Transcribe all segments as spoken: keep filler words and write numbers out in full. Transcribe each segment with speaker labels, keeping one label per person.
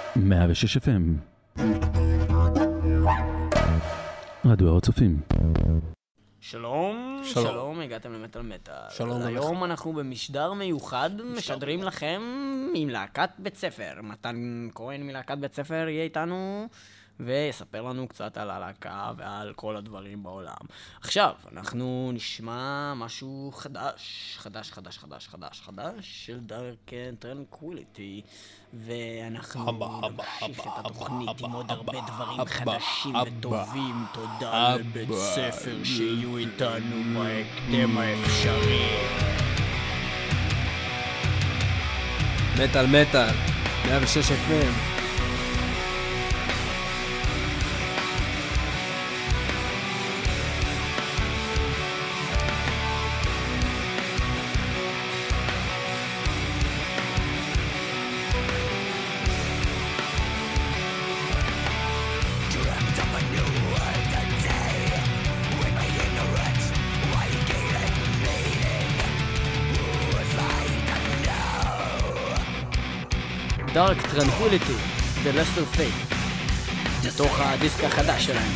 Speaker 1: מאה ושש אף אם רדיו הר הצופים.
Speaker 2: שלום,
Speaker 3: שלום.
Speaker 2: שלום, הגעתם למטל מטל.
Speaker 3: שלום
Speaker 2: היום
Speaker 3: לך.
Speaker 2: אנחנו במשדר מיוחד, משדרים לכם עם להקת בית ספר. מתן כהן מלהקת בית ספר יהיה איתנו ויספר לנו קצת על הלהקה ועל כל הדברים בעולם. עכשיו, אנחנו נשמע משהו חדש, חדש, חדש, חדש, חדש, חדש, של דארק טרנקוויליטי, ואנחנו נמשיך את התוכנית עם עוד הרבה דברים חדשים וטובים. תודה לבית ספר שיהיו איתנו בהקדם האפשרי.
Speaker 3: מטל מטל, מאה ושש אף אם.
Speaker 2: דארק טרנקוויליטי, The Lesser Fate, מתוך הדיסק החדש שלהם.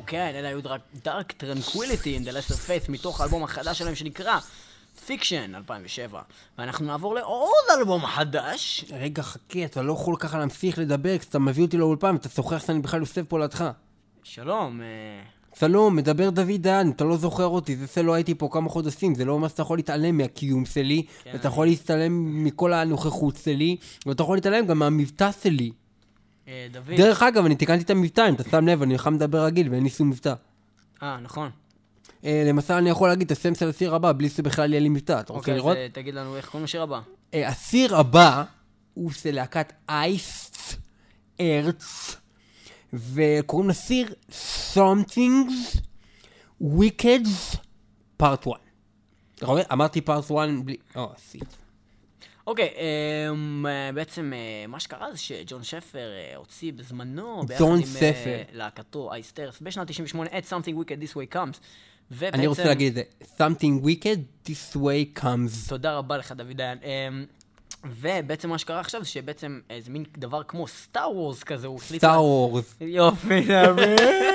Speaker 2: כן, אלה היו Dark Tranquility in the Lesser Faith מתוך האלבום החדש שלהם שנקרא Fiction אלפיים ושבע. ואנחנו נעבור לעוד אלבום חדש.
Speaker 4: רגע, חכה, אתה לא יכול ככה להמשיך לדבר, כשאתה מביא אותי לאולפן, אתה שוחח שאני בכלל יוסף פה לידך.
Speaker 2: שלום.
Speaker 4: שלום, מדבר דוד דן, אתה לא זוכר אותי, זה שלא הייתי פה כמה חודשים, זה לא אומר שאתה יכול להתעלם מהקיום שלי, כן. ואתה יכול להתעלם מכל הנוכחות שלי, ואתה יכול להתעלם גם מהמבטא שלי.
Speaker 2: אה, דוד.
Speaker 4: דרך אגב, אני תיקנתי את המבטא, אם אתה שם לב, אני הולך לדבר רגיל ואין לי שום מבטא.
Speaker 2: אה, נכון.
Speaker 4: אה, למשל, אני יכול להגיד את השם של השיר הבא, בלי שבכלל יהיה לי מבטא, אתה רוצה
Speaker 2: אוקיי,
Speaker 4: לראות?
Speaker 2: אוקיי, אז תגיד לנו איך קוראים לשיר הבא.
Speaker 4: אה, השיר הבא הוא של להקת אייס ארץ, וקוראים לשיר Something's Wicked Part one. אתה רואה? אמרתי Part one בלי... או, עשית.
Speaker 2: אוקיי, בעצם מה שקרה זה שג'ון שפר הוציא בזמנו
Speaker 4: ג'ון
Speaker 2: ביחד עם
Speaker 4: ספר.
Speaker 2: להקתו אייסטרס בשנת תשעים ושמונה את Something Wicked This Way Comes.
Speaker 4: אני רוצה להגיד את זה. Something Wicked This Way Comes.
Speaker 2: תודה רבה לך דוד דיין. ובעצם מה שקרה עכשיו זה שבעצם איזה מין דבר כמו סטאר וורס כזה, הוא החליט...
Speaker 4: סטאר וורס.
Speaker 2: יופי, נאמן.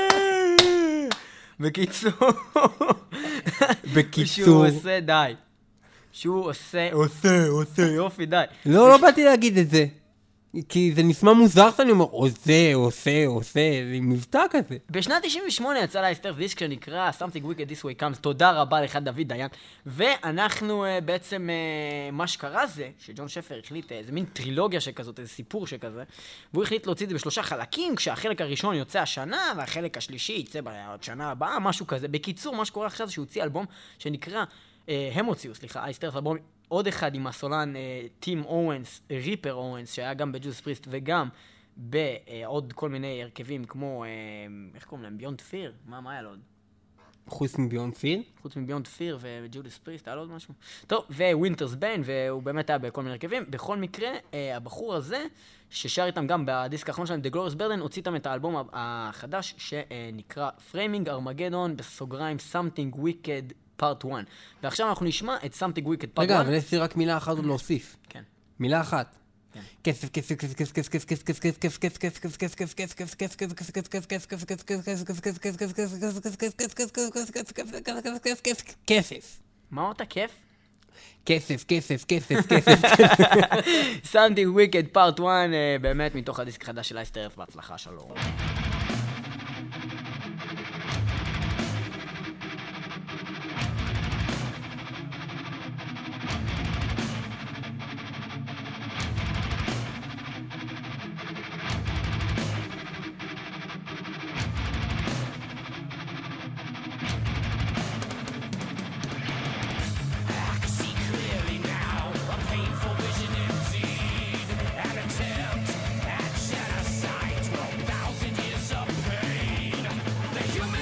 Speaker 2: בקיצור.
Speaker 4: בקיצור.
Speaker 2: שהוא עושה די. שהוא עושה, עושה, עושה, יופי, די.
Speaker 4: לא, לא באתי להגיד את זה. כי זה נשמע מוזר שאני אומר, עושה, עושה, עושה, זה מבטא כזה.
Speaker 2: בשנת תשעים ושמונה יצא לאייסטרס דיסק שנקרא Something Wicked This Way Comes, תודה רבה לך דוד דיין. ואנחנו uh, בעצם, uh, מה שקרה זה, שג'ון שפר החליט איזה מין טרילוגיה שכזאת, איזה סיפור שכזה, והוא החליט להוציא את זה בשלושה חלקים, כשהחלק הראשון יוצא השנה, והחלק השלישי יצא בעוד שנה הבאה, משהו כזה. בקיצור, מה שקורה עכשיו זה שהוא הוציא אלבום שנקרא, uh, הם הוציאו, סליחה, אייסטרס אלבום, עוד אחד עם הסולן טים אורנס, ריפר אורנס, שהיה גם בג'ודס פריסט וגם בעוד כל מיני הרכבים כמו, איך קוראים להם? ביונד פיר? מה, מה היה לו עוד?
Speaker 4: חוץ מביונד פיר?
Speaker 2: חוץ מביונד פיר וג'ודס פריסט, היה לו עוד משהו? טוב, ווינטרס ביין, והוא באמת היה בכל מיני הרכבים. בכל מקרה, הבחור הזה, ששר איתם גם בדיסק האחרון שלהם, The Glorious Burden, הוציא איתם את האלבום החדש שנקרא Framing Armageddon, בסוגריים Something Wicked Part one. ועכשיו אנחנו נשמע את Something Wicked Part one.
Speaker 4: רגע, אבל יש לי רק מילה אחת עוד להוסיף.
Speaker 2: כן.
Speaker 4: מילה אחת.
Speaker 2: כסף,
Speaker 4: כסף, כסף, כסף, כסף, כסף, כסף, כסף, כסף, כסף, כסף, כסף, כסף, כסף, כסף, כסף, כסף.
Speaker 2: מה אותה כיף?
Speaker 4: כסף, כסף, כסף, כסף.
Speaker 2: Something Wicked Part one, באמת מתוך הדיסק החדש של אייסטרס, בהצלחה שלום.
Speaker 5: Human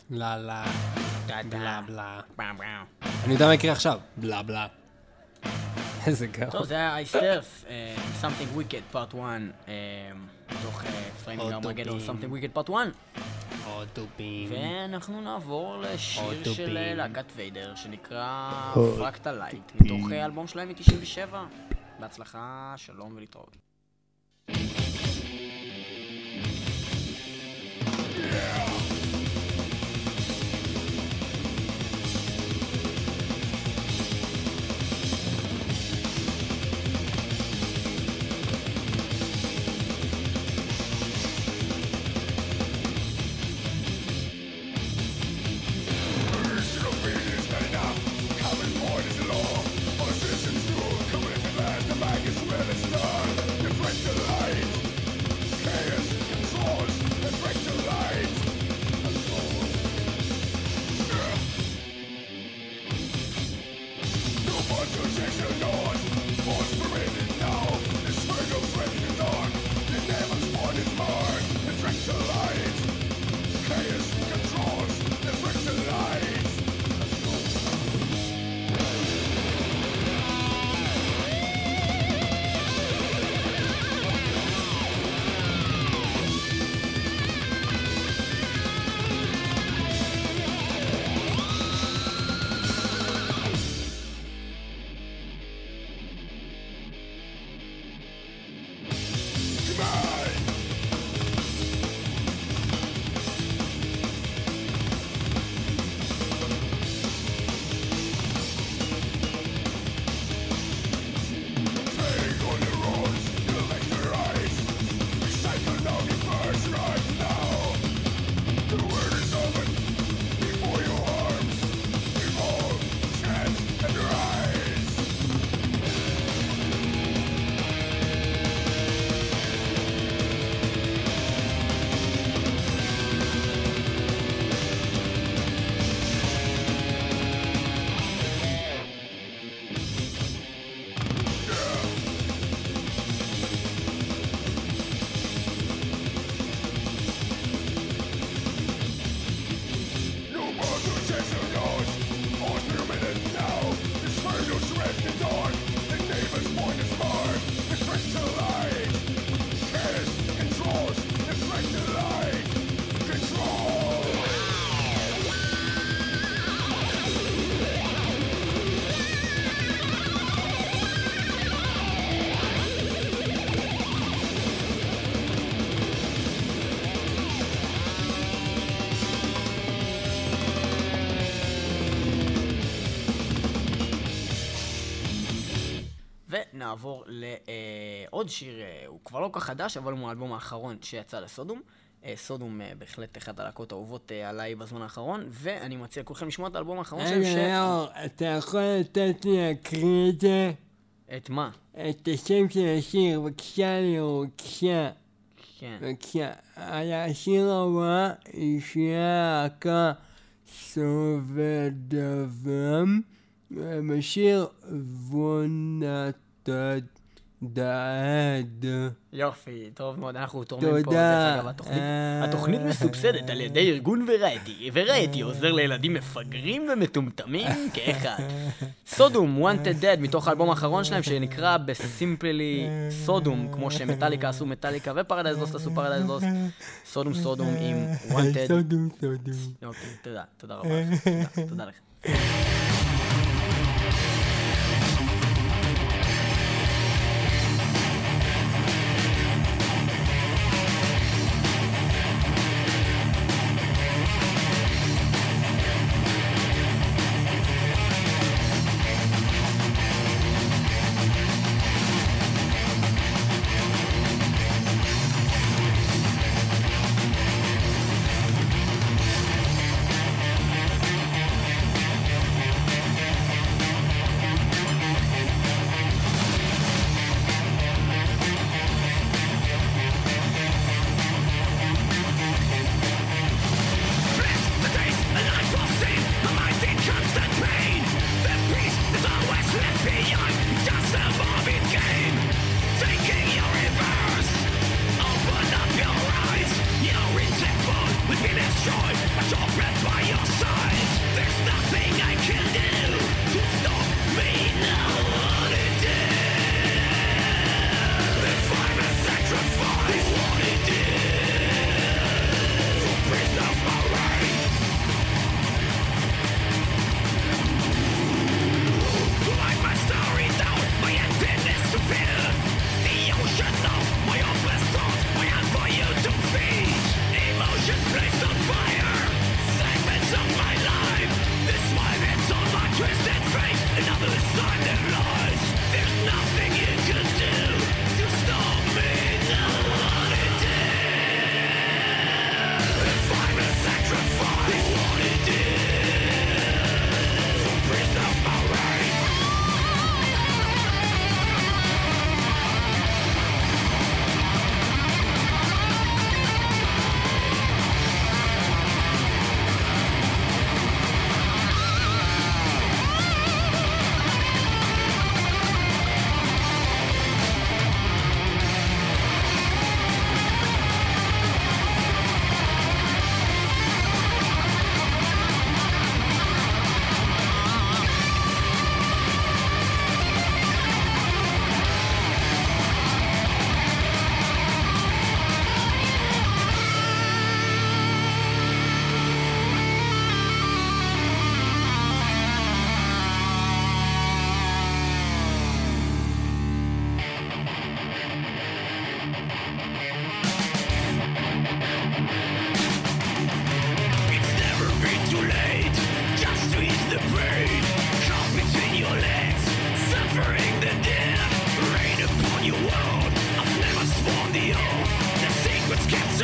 Speaker 4: לה לה. בלה בלה.
Speaker 2: באם באם.
Speaker 4: אני יודע מה יקרה עכשיו. בלה בלה. איזה גאו.
Speaker 2: טוב, זה היה אייסטרף, Something Wicked Part אחת, מתוך פריימינג ארמגדון, Something Wicked Part אחת.
Speaker 4: אוטופים.
Speaker 2: ואנחנו נעבור לשיר
Speaker 4: אוטופים.
Speaker 2: של להקת ויידר, שנקרא פרקטל לייט, מתוך אלבום שלהם מ-תשעים ושבע. בהצלחה, שלום ולהתראות. נעבור לעוד שיר, הוא כבר לא כך חדש, אבל הוא מהאלבום האחרון שיצא לסודום. סודום בהחלט אחת הלהקות האהובות עליי בזמן האחרון, ואני מציע לכולכם לשמוע את האלבום האחרון שלהם ש...
Speaker 4: אתה יכול לתת לי להקריא את זה?
Speaker 2: את מה?
Speaker 4: את השם של השיר, בבקשה ליאור, בבקשה.
Speaker 2: כן.
Speaker 4: בבקשה. על השיר הבא, היא להקה סובדבם, בשיר וונתד דעד.
Speaker 2: יופי, טוב מאוד, אנחנו תורמים פה. דרך אגב, התוכנית, התוכנית מסובסדת על ידי ארגון ורייטי, ורייטי עוזר לילדים מפגרים ומטומטמים כאחד. סודום, Wanted Dead, מתוך האלבום האחרון שלהם שנקרא בסימפלי סודום, כמו שמטליקה עשו מטליקה ופרדייז לוסט עשו פרדייז לוסט. סודום סודום עם Wanted.
Speaker 4: סודום סודום.
Speaker 2: אוקיי, תודה, תודה רבה. תודה, תודה לך.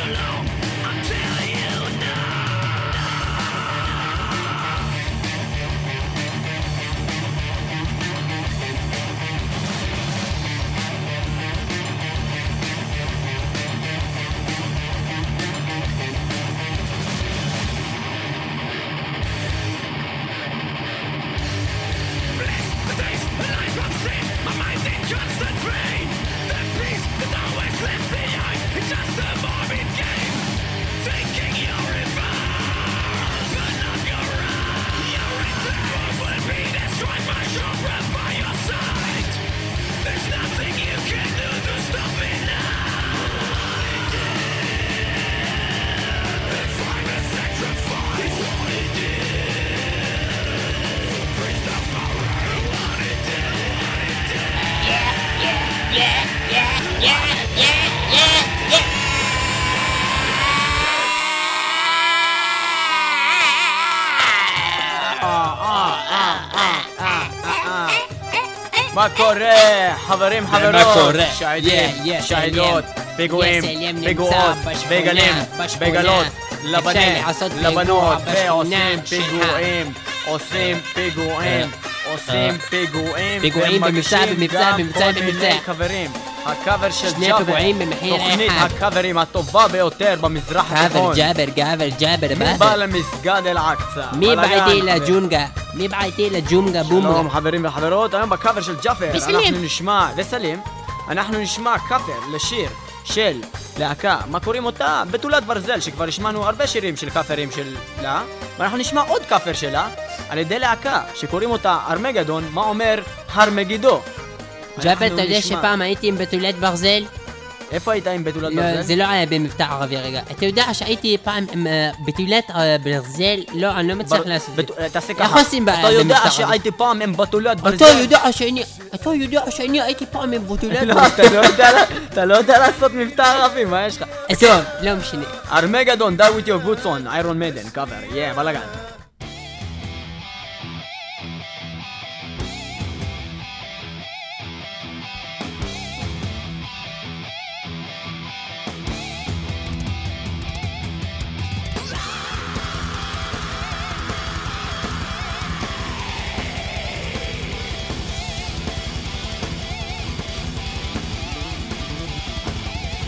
Speaker 2: מה קורה? חברים, חברות,
Speaker 3: קורה?
Speaker 2: שהידים,
Speaker 3: יא, יא,
Speaker 2: שהידות, פיגועים,
Speaker 4: סלם נמצא
Speaker 2: פיגועות,
Speaker 4: בשכונה,
Speaker 2: בגלים,
Speaker 4: בשכונה.
Speaker 2: בגלות,
Speaker 4: אפשר
Speaker 2: לבנים,
Speaker 4: לעשות
Speaker 2: לבנות,
Speaker 4: פיגוע
Speaker 2: ועושים
Speaker 4: בשכונה
Speaker 2: פיגועים, עושים פיגועים, עושים פיגועים,
Speaker 4: פיגועים במבצע,
Speaker 2: ומגישים
Speaker 4: במבצע,
Speaker 2: גם
Speaker 4: במבצע,
Speaker 2: כל
Speaker 4: במבצע.
Speaker 2: מיני חברים. הקאבר של
Speaker 4: שני
Speaker 2: ג'אבר,
Speaker 4: פיגועים במחיר
Speaker 2: תוכנית
Speaker 4: אחד.
Speaker 2: הקאברים הטובה ביותר במזרח
Speaker 4: ג'אבר,
Speaker 2: התיכון.
Speaker 4: ג'אבר, ג'אבר, ג'אבר,
Speaker 2: מי
Speaker 4: באבר.
Speaker 2: בא למסגד אל-אקצא?
Speaker 4: מי
Speaker 2: בלגן,
Speaker 4: בעיתי
Speaker 2: חברים.
Speaker 4: לג'ונגה? מי בעיתי לג'ונגה
Speaker 2: שלום
Speaker 4: בומגה?
Speaker 2: חברים וחברות, היום בקאבר של ג'אפר
Speaker 4: וסלים.
Speaker 2: אנחנו נשמע, וסלים, אנחנו נשמע קאבר לשיר של להקה, מה קוראים אותה? בתולת ברזל, שכבר השמענו הרבה שירים של קאפרים שלה, ואנחנו נשמע עוד קאפר שלה על ידי להקה שקוראים אותה ארמגדון, מה אומר הרמגידו.
Speaker 4: ג'אבר,
Speaker 2: אנחנו
Speaker 4: אתה יודע
Speaker 2: נשמע.
Speaker 4: שפעם הייתי עם בתולת ברזל?
Speaker 2: איפה היית עם בתולת
Speaker 4: לא,
Speaker 2: ברזל?
Speaker 4: זה לא היה במבטא ערבי רגע. אתה יודע שהייתי פעם עם אה, בתולת אה, ברזל? לא, אני לא מצליח
Speaker 2: בר-
Speaker 4: לעשות את זה.
Speaker 2: בת- תעשה
Speaker 4: איך
Speaker 2: ככה,
Speaker 4: עושים ב-
Speaker 2: אתה יודע
Speaker 4: במבטא
Speaker 2: שהייתי פעם עם בתולת ברזל?
Speaker 4: אתה יודע שאני, אתה יודע שאני הייתי פעם עם בתולת
Speaker 2: לא,
Speaker 4: ברזל?
Speaker 2: אתה לא יודע לה- אתה לא יודע לעשות מבטא ערבי, מה יש לך?
Speaker 4: טוב, לא משנה.
Speaker 2: Armageddon, Die With Your Boots On, Iron Maiden, cover, yeah, בלגן.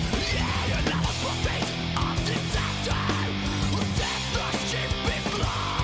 Speaker 5: Death the sheep be blind.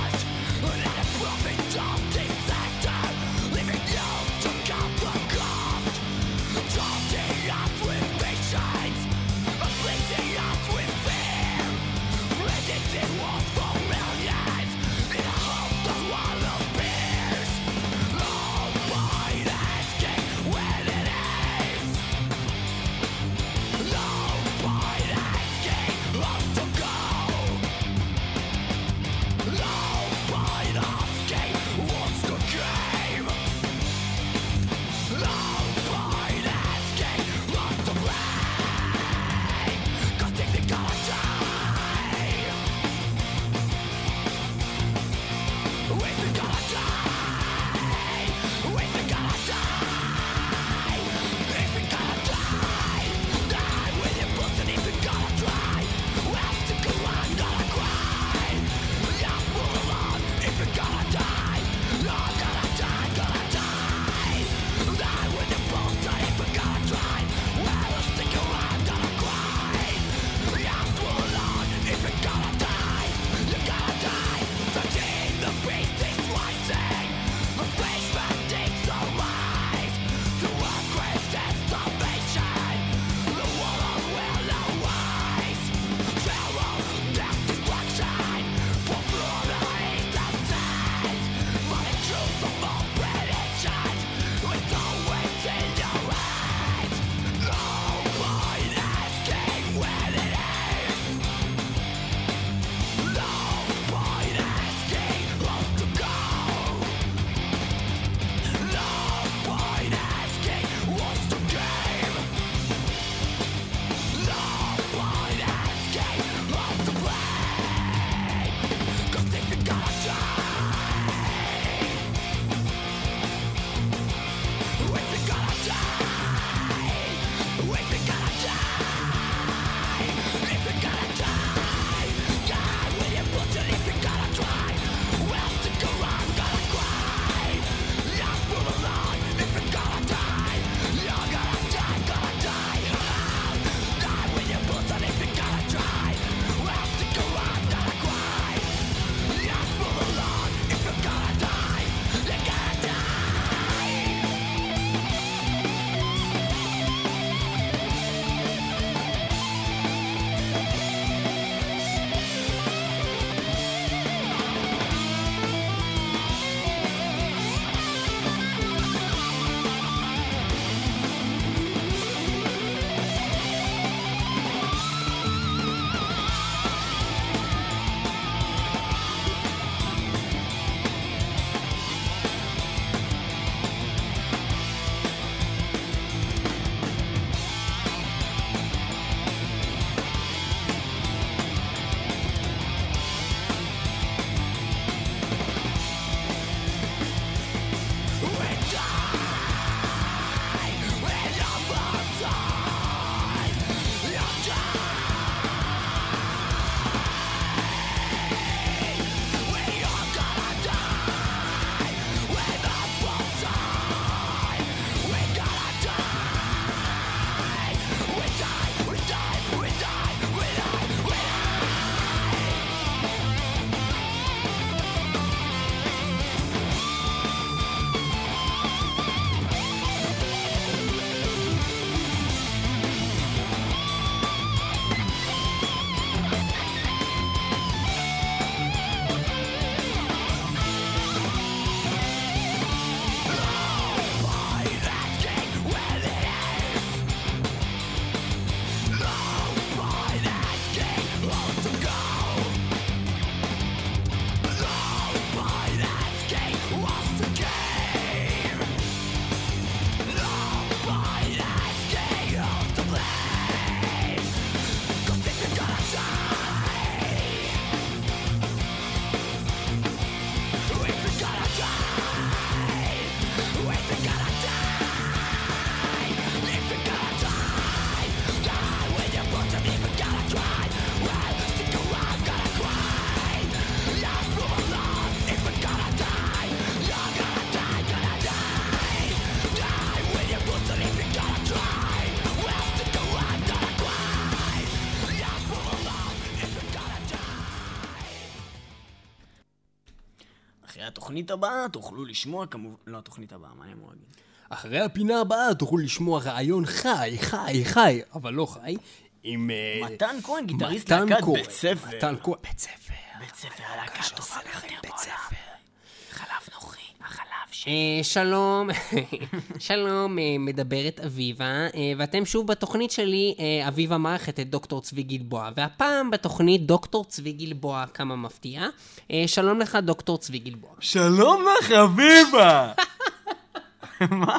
Speaker 2: בתוכנית הבאה תוכלו לשמוע כמובן... לא, התוכנית הבאה, מה אני אמור להגיד?
Speaker 4: אחרי הפינה הבאה תוכלו לשמוע רעיון חי, חי, חי, אבל לא חי, עם...
Speaker 2: מתן כהן, גיטריסט
Speaker 4: מתן
Speaker 2: להקת
Speaker 4: כהן,
Speaker 2: בית ספר.
Speaker 4: מתן כהן, בית ספר.
Speaker 2: בית ספר, הלהקה הטובה ביותר בעולם. חלב נוכרי, החלב ש...
Speaker 4: שלום, שלום, מדברת אביבה, ואתם שוב בתוכנית שלי, אביבה מארחת את דוקטור צבי גלבוע, והפעם בתוכנית דוקטור צבי גלבוע, כמה מפתיע. שלום לך דוקטור צבי גלבוע.
Speaker 2: שלום לך אביבה! מה?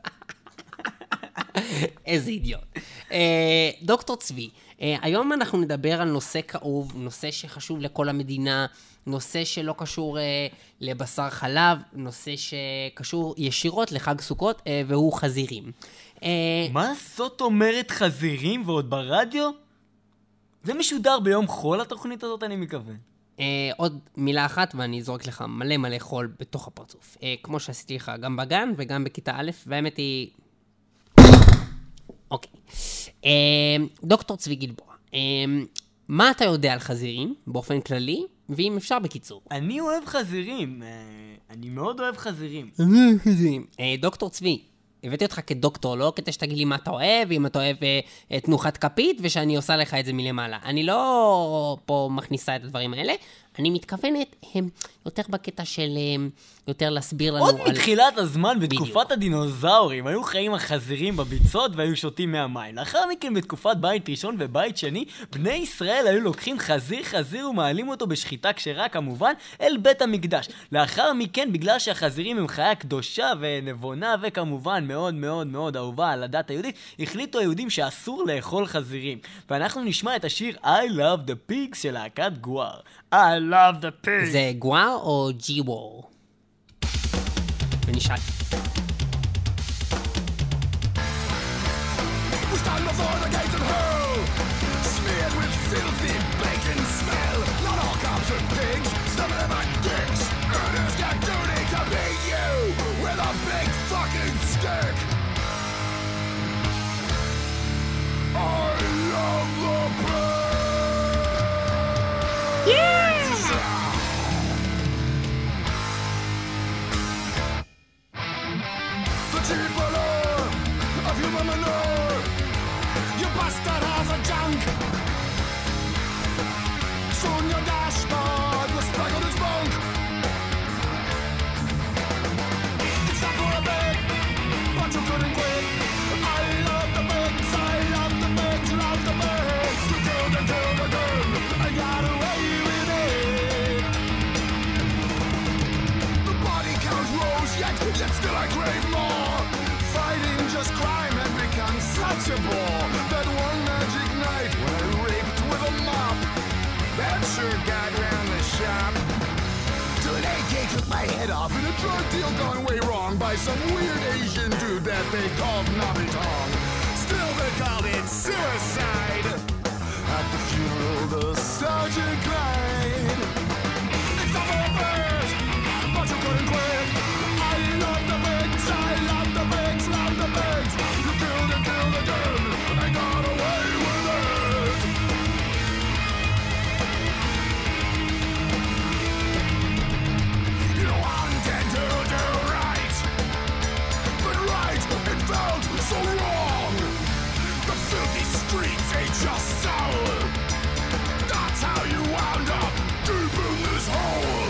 Speaker 4: איזה אידיוט. דוקטור צבי, היום אנחנו נדבר על נושא כאוב, נושא שחשוב לכל המדינה, נושא שלא קשור לבשר חלב, נושא שקשור ישירות לחג סוכות, והוא חזירים.
Speaker 2: מה זאת אומרת חזירים ועוד ברדיו? זה משודר ביום חול התוכנית הזאת, אני מקווה.
Speaker 4: עוד מילה אחת ואני זורק לך מלא מלא חול בתוך הפרצוף. כמו שעשיתי לך גם בגן וגם בכיתה א', והאמת היא... אוקיי. דוקטור צבי גלבוע, מה אתה יודע על חזירים באופן כללי, ואם אפשר בקיצור?
Speaker 2: אני אוהב חזירים, אני מאוד אוהב חזירים.
Speaker 4: דוקטור צבי, הבאתי אותך כדוקטור, לא כדי שתגיד לי מה אתה אוהב, אם אתה אוהב תנוחת כפית, ושאני עושה לך את זה מלמעלה. אני לא פה מכניסה את הדברים האלה, אני מתכוונת הם, יותר בקטע של יותר להסביר לנו
Speaker 2: עוד
Speaker 4: על...
Speaker 2: עוד מתחילת הזמן, בתקופת הדינוזאורים, היו חיים החזירים בביצות והיו שותים מהמים. לאחר מכן, בתקופת בית ראשון ובית שני, בני ישראל היו לוקחים חזיר חזיר ומעלים אותו בשחיטה כשרה כמובן אל בית המקדש. לאחר מכן, בגלל שהחזירים הם חיה קדושה ונבונה וכמובן מאוד מאוד מאוד אהובה על הדת היהודית, החליטו היהודים שאסור לאכול חזירים. ואנחנו נשמע את השיר I Love the Pigs של להקת גואר. I love the pigs.
Speaker 4: זה גואר או ג'י-וור? ונשאל.
Speaker 5: We stand before the gates of hell, smeared with filthy bacon smell. Not all cops are pigs, some of them are dicks. Earners got duty to beat you with a big fucking stick. I love the pigs. Yeah! Cheap allure of human manure. You bastard has a junk. Soon your dashboard was speckled in spunk. It's not for a bit, but you couldn't quit. I love the pigs, I love the pigs, love the pigs. You killed and killed again, I got away with it. The body count rose, yet, yet still I crave more. Fighting just crime had become such a bore. That one magic night when I raped with a mop, that sure got round the shop. Today they took my head off in a drug deal gone way wrong by some weird Asian dude that they called Nobby Tong. Still they called it suicide. At the funeral the sergeant cried, it's not for a bird, but you couldn't quit. I love the pigs, I love the pigs, love the pigs. You killed and killed again, and got away with it. You wanted to do right, but right, it felt so wrong. The filthy streets ate your soul. That's how you wound up deep in this hole.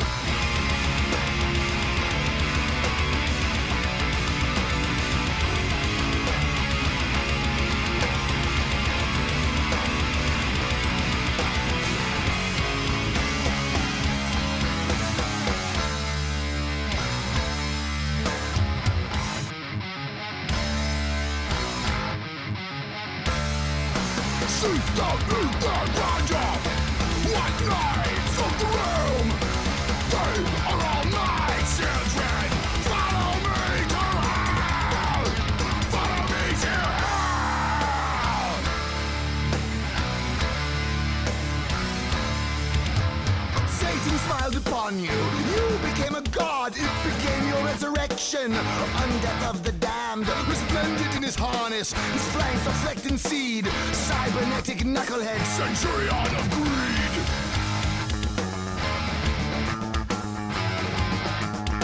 Speaker 5: Seek the eat the ganja. White knights of the realm, they are all my children. Follow me to hell. Follow me to hell. Satan smiled upon you. You became a god. It became your resurrection. Undeath of the damned, resplendent in his harness, his flanks are flecked in seed. Cybernetic knucklehead, centurion of greed.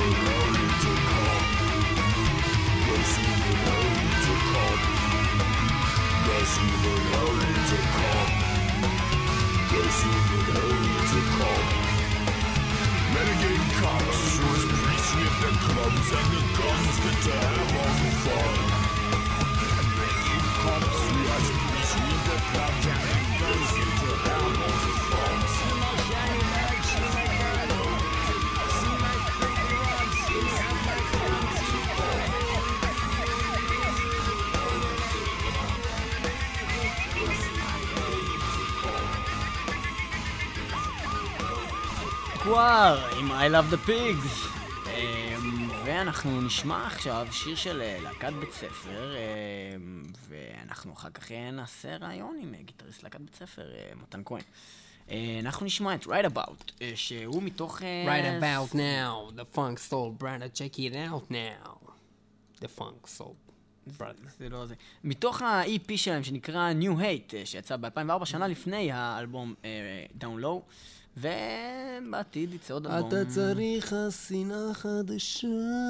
Speaker 2: קוואר עם I Love the Pigs. ואנחנו נשמע עכשיו שיר של להקת בית ספר, ואנחנו אחר כך נעשה רעיון עם גיטריסט להקת בית ספר, מתן כהן. אנחנו נשמע את Right About, שהוא מתוך...
Speaker 4: Right About Now, The Funk Soul Brother, check it out now. The Funk Soul Brother.
Speaker 2: זה לא זה. מתוך ה-E P שלהם שנקרא New Hate, שיצא ב-אלפיים וארבע, שנה לפני האלבום Down Low, ובעתיד יצא עוד אלבום.
Speaker 4: אתה צריך השנאה חדשה.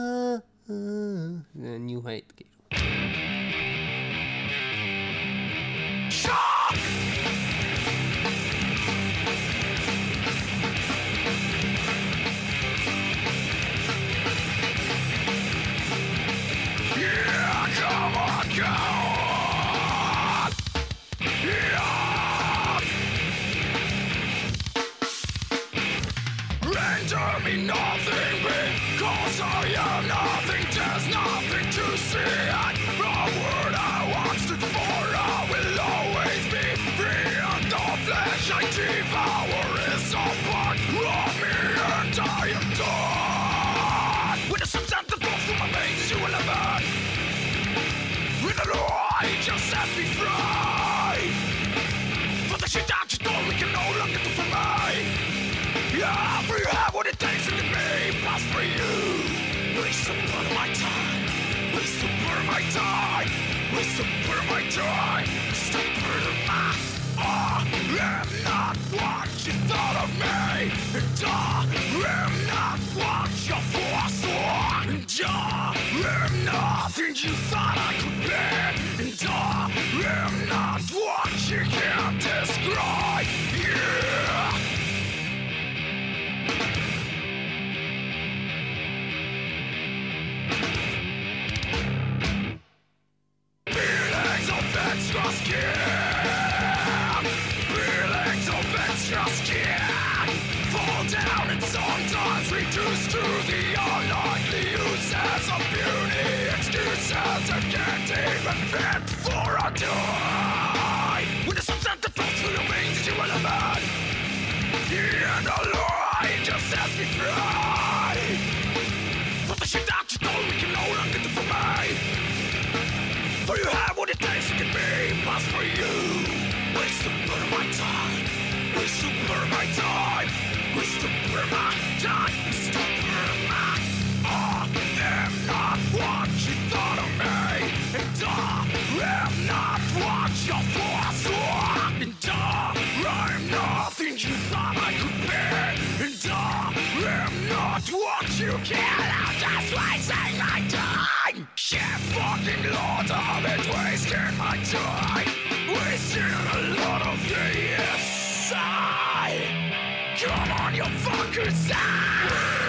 Speaker 4: זה New Hate כאילו.
Speaker 5: Nothing because I am nothing, there's nothing to see. And from word I once stood for, I will always be free. And the flesh I devour is a part of me, and I am done. When the substance that flows through my veins is you will have had. When the light just sets me free. For the shit that you told me can no longer do for me. Yeah, for you have what it takes to get me past for you. Waste to burn my time. Waste to burn my time. Waste to burn my time. Waste to burn my... I am not what you thought of me. And I am not what you foresaw. And I am nothing you thought I could be. And I am not what you can't describe. Yeah. Extra skin, feelings of extra skin, fall down and sometimes reduced to the unlikely uses of beauty, excuses that can't even fit for a day. When the substance that flows through your veins is you will have had, and the light just sets me free. For the shit that you told me can no longer do for me. For you have what it takes to get me past for you. Waste to burn my time. Waste to burn my time. Waste to burn my time. Waste to burn my... I am not what you thought of me. And I am not what you foresaw. And I am nothing you thought I could be. And I am not what you cannot just wasting my time. Shit fucking lord, I've been wasting my time. Wasting a lot of the inside. Come on, you fuckers, side.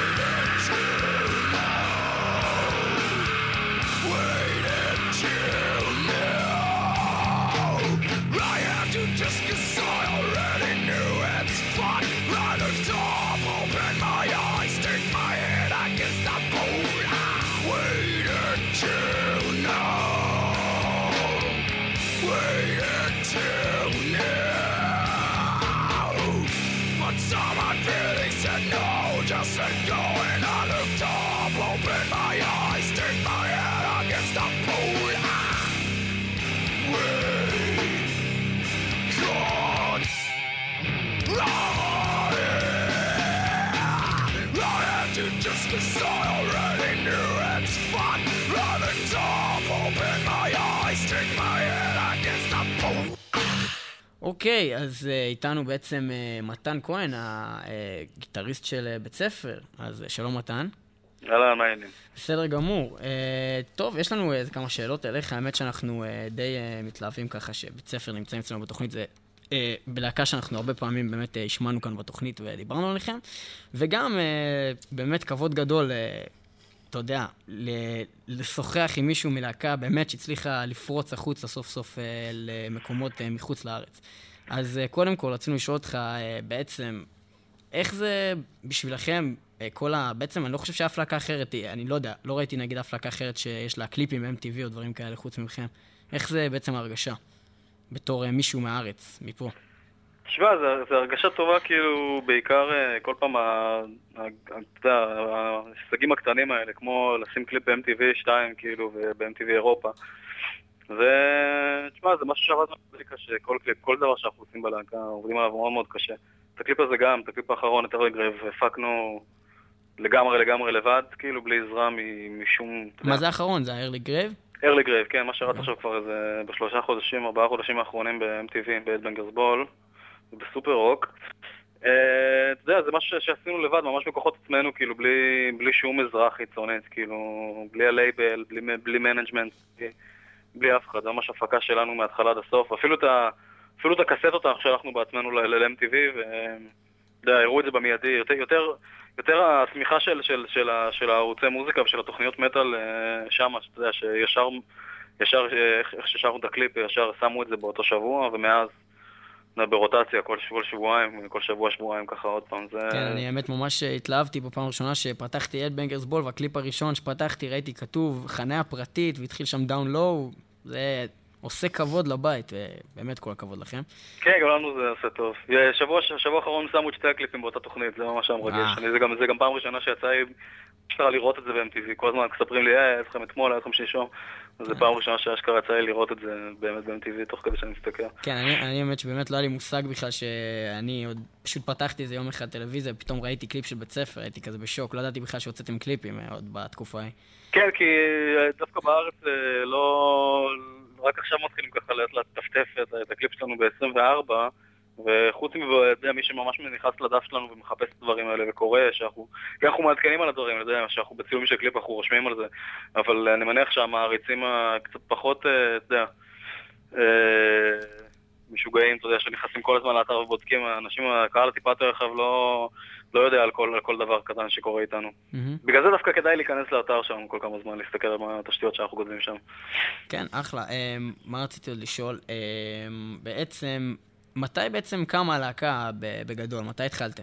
Speaker 5: Wait until now. I had to just cause I already knew it's fun. Right on top, open my eyes, stick my head against the pole. Wait until now. Wait until now. But some odd feeling said no, just let go. And I looked up, opened my eyes, stick my head against the pole. Wait, God. I had to just cause I already knew it's fun. Rather top, open my eyes, stick my head against the pole.
Speaker 2: אוקיי, אז איתנו בעצם מתן כהן, הגיטריסט של בית ספר. אז שלום מתן.
Speaker 6: יאללה, מה העניינים?
Speaker 2: בסדר גמור. אה, טוב, יש לנו איזה כמה שאלות אליך. האמת שאנחנו אה, די אה, מתלהבים ככה שבית ספר נמצאים אצלנו בתוכנית. זה אה, בלהקה שאנחנו הרבה פעמים באמת אה, השמענו כאן בתוכנית ודיברנו עליכם. וגם אה, באמת כבוד גדול, אה, אתה יודע, ל- לשוחח עם מישהו מלהקה באמת שהצליחה לפרוץ החוצה סוף סוף אה, למקומות אה, מחוץ לארץ. אז אה, קודם כל רצינו לשאול אותך אה, בעצם, איך זה בשבילכם, כל ה... בעצם אני לא חושב שאף להקה אחרת, אני לא יודע, לא ראיתי נגיד אף להקה אחרת שיש לה קליפים אם טי וי או דברים כאלה חוץ ממכם. איך זה בעצם ההרגשה? בתור מישהו מהארץ, מפה.
Speaker 6: תשמע, זו הרגשה טובה כאילו, בעיקר כל פעם ההישגים הקטנים האלה, כמו לשים קליפ ב-אם טי וי שתיים כאילו, וב-אם טי וי אירופה. ותשמע, זה משהו שעבד מאוד קשה, כל קליפ, כל דבר שאנחנו עושים בלהקה, עובדים עליו מאוד מאוד קשה. את הקליפ הזה גם, את הקליפ האחרון, את ארלי גרייב, הפקנו לגמרי לגמרי לבד, כאילו בלי עזרה משום...
Speaker 2: מה זה האחרון? זה ארלי גרייב?
Speaker 6: ארלי גרייב, כן, מה שרץ עכשיו כבר איזה בשלושה חודשים, ארבעה חודשים האחרונים ב-אם טי וי, ב-Headbangers Ball, בסופר רוק. אתה יודע, זה משהו שעשינו לבד, ממש בכוחות עצמנו, כאילו בלי שום עזרה חיצונית, כאילו בלי הלייבל, בלי מנג'מנט, בלי אף אחד, זה ממש הפקה שלנו מההתחלה עד הסוף, אפילו את ה... אפילו את הקסטות אנחנו שלחנו בעצמנו ל-אם טי וי, והראו את זה במיידי. יותר, יותר, יותר הסמיכה של, של, של, של הערוצי מוזיקה ושל התוכניות מטל שמה, שאתה יודע, שישר, ישר, איך ששרנו את הקליפ, ישר שמו את זה באותו שבוע, ומאז ברוטציה, כל, כל שבועיים, כל שבוע שבועיים ככה עוד פעם. זה...
Speaker 2: כן, אני האמת ממש התלהבתי בפעם הראשונה שפתחתי Headbangers Ball, והקליפ הראשון שפתחתי ראיתי כתוב חניה פרטית, והתחיל שם דאון לואו, זה... עושה כבוד לבית, ובאמת כל הכבוד לכם.
Speaker 6: כן, גם לנו זה עושה טוב. שבוע, שבוע אחרון שמו את שתי הקליפים באותה תוכנית, זה ממש מרגש. זה גם, זה גם פעם ראשונה שיצא לי, אפשר לראות את זה ב-אם טי וי. כל הזמן מספרים לי, אה, איזכם אתמול, איזכם שלשום. אז זה פעם ראשונה שאשכרה יצא לי לראות את זה באמת ב-אם טי וי, תוך כדי שאני מסתכל.
Speaker 2: כן, אני, אני האמת שבאמת לא היה לי מושג בכלל שאני עוד פשוט פתחתי איזה יום אחד טלוויזיה, פתאום ראיתי קליפ של בית ספר, הייתי כזה בשוק, לא ידעתי בכלל שהוצאתם קליפים עוד בתקופה ההיא. כן, כי דווקא בארץ לא...
Speaker 6: רק עכשיו מתחילים ככה לטפטף את הקליפ שלנו ב-עשרים וארבע, וחוץ מזה, מי שממש נכנס לדף שלנו ומחפש את הדברים האלה וקורא, שאנחנו, אנחנו מעדכנים על הדברים, אני יודע, שאנחנו בצילומים של קליפ, אנחנו רושמים על זה, אבל אני מניח שהמעריצים קצת פחות, אתה יודע, משוגעים, אתה יודע, שנכנסים כל הזמן לאתר ובודקים, האנשים, הקהל הטיפה יותר רחב לא, לא יודע על כל, על כל דבר קטן שקורה איתנו. Mm-hmm. בגלל זה דווקא כדאי להיכנס לאתר שלנו כל כמה זמן, להסתכל על מה התשתיות שאנחנו גודלים שם.
Speaker 2: כן, אחלה. מה רציתי עוד לשאול? בעצם, מתי בעצם קמה הלהקה בגדול? מתי התחלתם?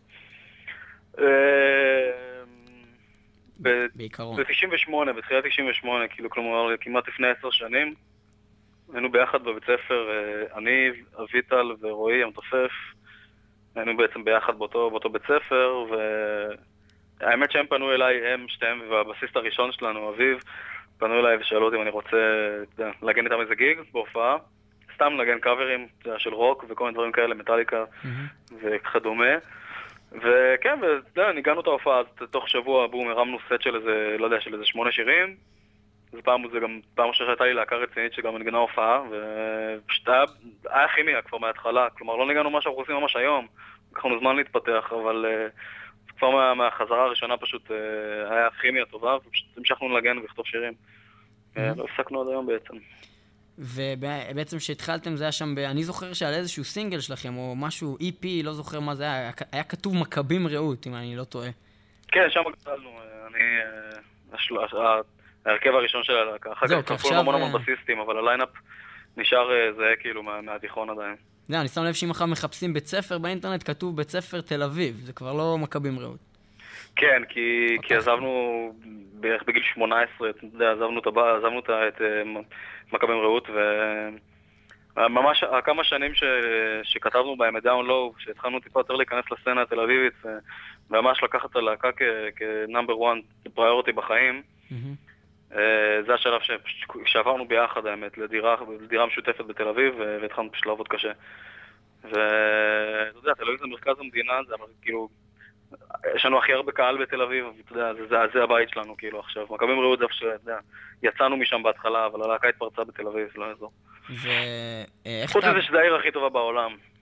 Speaker 2: בעיקרון.
Speaker 6: ב-תשעים ושמונה, בתחילת תשעים ושמונה, כאילו, כלומר, כמעט לפני עשר שנים. היינו ביחד בבית ספר, אני, אביטל ורועי המתופף, היינו בעצם ביחד באותו, באותו בית ספר, והאמת שהם פנו אליי, הם שתיהם, והבסיסט הראשון שלנו, אביב, פנו אליי ושאלו אותי אם אני רוצה לגן איתם איזה גיג בהופעה, סתם לגן קאברים של רוק וכל מיני דברים כאלה, מטליקה וכדומה. וכן, וניגענו את ההופעה, אז תוך שבוע בום, הרמנו סט של איזה, לא יודע, של איזה שמונה שירים, זו פעם, זה גם פעם שהייתה לי להקה רצינית שגם נגנה הופעה, ופשוט היה, היה כימיה כבר מההתחלה, כלומר לא ניגענו מה שאנחנו עושים ממש היום, לקחנו זמן להתפתח, אבל uh, כבר מה, מהחזרה הראשונה פשוט uh, היה כימיה טובה, ופשוט המשכנו לנגן ולכתוב שירים. Mm-hmm. לא הפסקנו עד היום בעצם.
Speaker 2: ובעצם שהתחלתם זה היה שם, ב... אני זוכר שעל איזשהו סינגל שלכם, או משהו אי פי, לא זוכר מה זה היה, היה כתוב מכבים רעות, אם אני לא טועה.
Speaker 6: כן, שם גדלנו, אני... השל... ההרכב הראשון של הלהקה. אחר כך צפו המון המון בסיסטים, אבל הליינאפ נשאר זהה כאילו מהתיכון עדיין.
Speaker 2: זה, אני שם לב שאם אחר מחפשים בית ספר באינטרנט, כתוב בית ספר תל אביב. זה כבר לא מכבים רעות.
Speaker 6: כן, כי עזבנו בערך בגיל שמונה עשרה, עזבנו את מכבים רעות, וממש כמה שנים שכתבנו בהם את דאון לואו, שהתחלנו טיפה יותר להיכנס לסצנה התל אביבית, וממש לקחת את הלהקה כנאמבר וואן פריוריטי בחיים, זה השלב שעברנו ביחד האמת, לדירה, לדירה משותפת בתל אביב, והתחלנו פשוט לעבוד קשה. ואתה יודע, תל אביב זה מרכז המדינה, זה כאילו, יש לנו הכי הרבה קהל בתל אביב, אתה יודע, זה, זה, זה הבית שלנו כאילו עכשיו. מכבים רעות זה איפה שאתה יצאנו משם בהתחלה, אבל הלהקה התפרצה בתל אביב, זה לא יעזור.
Speaker 2: ואיך
Speaker 6: חוץ מזה שזה העיר הכי טובה בעולם.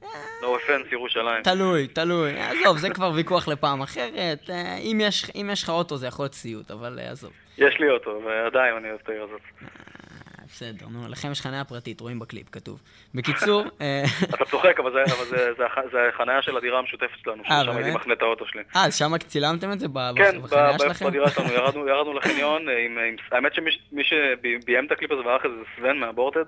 Speaker 6: no offense, ירושלים.
Speaker 2: תלוי, תלוי. עזוב, זה כבר ויכוח לפעם אחרת. אם יש, אם יש לך אוטו זה יכול להיות סיוט, אבל עזוב.
Speaker 6: יש לי אותו, ועדיין אני אוהב את העיר הזאת.
Speaker 2: בסדר, נו, לכם יש חניה פרטית, רואים בקליפ, כתוב. בקיצור...
Speaker 6: אתה צוחק, אבל זה החניה של הדירה המשותפת שלנו, ששם הייתי מחנה את האוטו שלי.
Speaker 2: אה, אז שם צילמתם את זה
Speaker 6: כן,
Speaker 2: בחניה שלכם?
Speaker 6: בדירה שלנו, ירדנו לחניון, האמת שמי שביים את הקליפ הזה וערך את זה סוון מהבורטד,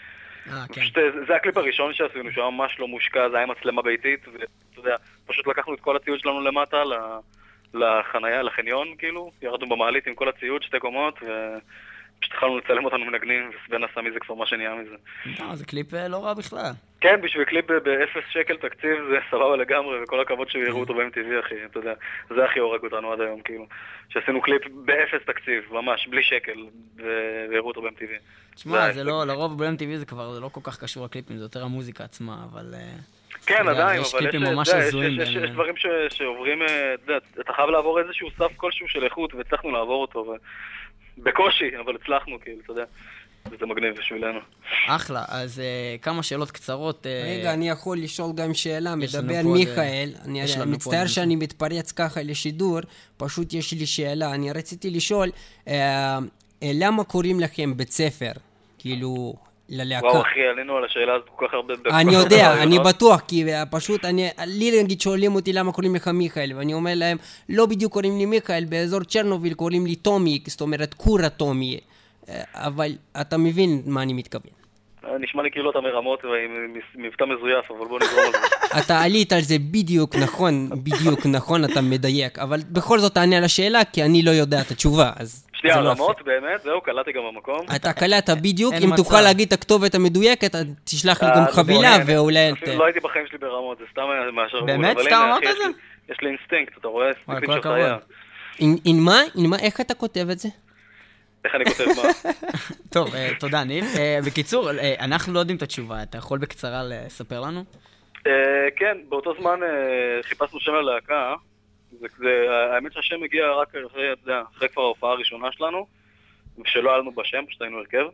Speaker 6: זה הקליפ הראשון שעשינו, שהוא ממש לא מושקע, זה היה מצלמה ביתית, ואתה יודע, פשוט לקחנו את כל הציוד שלנו למטה, לחניה, לחניון, כאילו, ירדנו במעלית עם כל הציוד, שתי קומות, פשוט התחלנו לצלם אותנו מנגנים, וסבן עשה מזה כבר מה שנהיה מזה.
Speaker 2: לא, זה קליפ לא רע בכלל.
Speaker 6: כן, בשביל קליפ באפס שקל תקציב זה סבבה לגמרי, וכל הכבוד שיראו אותו ב-אם טי וי, אחי, אתה יודע, זה הכי הורג אותנו עד היום, כאילו. שעשינו קליפ באפס תקציב, ממש, בלי שקל, ויראו אותו ב-אם טי וי.
Speaker 2: תשמע, זה לא, לרוב ב-אם טי וי זה כבר לא כל כך קשור לקליפים, זה יותר המוזיקה עצמה, אבל...
Speaker 6: כן, עדיין,
Speaker 2: יש קליפים ממש הזויים.
Speaker 6: יש דברים שעוברים, אתה חייב לעבור איזשהו סף כלשהו של איכות, והצלחנו לעבור אותו, בקושי, אבל הצלחנו, כאילו, אתה יודע. וזה מגניב בשבילנו.
Speaker 2: אחלה, אז uh, כמה שאלות קצרות. Uh,
Speaker 4: רגע, אני יכול לשאול גם שאלה, מדבר מיכאל. Uh, אני מצטער שאני מתפרץ ככה לשידור, פשוט יש לי שאלה. אני רציתי לשאול, uh, למה קוראים לכם בית ספר? כאילו, ללהקה.
Speaker 6: וואו, אחי, עלינו על השאלה הזאת כל כך הרבה...
Speaker 4: אני יודע, אני בטוח, כי פשוט, אני, לי נגיד שואלים אותי למה קוראים לך מיכאל, ואני אומר להם, לא בדיוק קוראים לי מיכאל, באזור צ'רנוביל קוראים לי טומי, זאת אומרת, קורה טומי. אבל אתה מבין מה אני מתכוון.
Speaker 6: נשמע לי כאילו אתה מרמות ועם מבטא מזויף, אבל בוא נגרום על זה.
Speaker 4: אתה עלית על זה בדיוק נכון, בדיוק נכון, אתה מדייק, אבל בכל זאת תענה על השאלה, כי אני לא יודע את התשובה, אז...
Speaker 6: שנייה, רמות, באמת, זהו, קלעתי גם במקום.
Speaker 4: אתה קלעת בדיוק, אם תוכל להגיד את הכתובת המדויקת, תשלח לי גם חבילה, ואולי...
Speaker 6: אפילו לא הייתי בחיים שלי ברמות, זה סתם מאשר...
Speaker 2: באמת סתם אמרת את זה?
Speaker 6: יש לי אינסטינקט, אתה רואה? אינסטינקט של חיה.
Speaker 4: אין מה? אין מה? איך אתה כותב את זה?
Speaker 6: איך אני כותב מה?
Speaker 2: טוב, תודה ניל. בקיצור, אנחנו לא יודעים את התשובה, אתה יכול בקצרה לספר לנו?
Speaker 6: כן, באותו זמן חיפשנו שם ללהקה, האמת שהשם הגיע רק אחרי כבר ההופעה הראשונה שלנו, ושלא היה לנו בשם, פשוט היינו הרכב,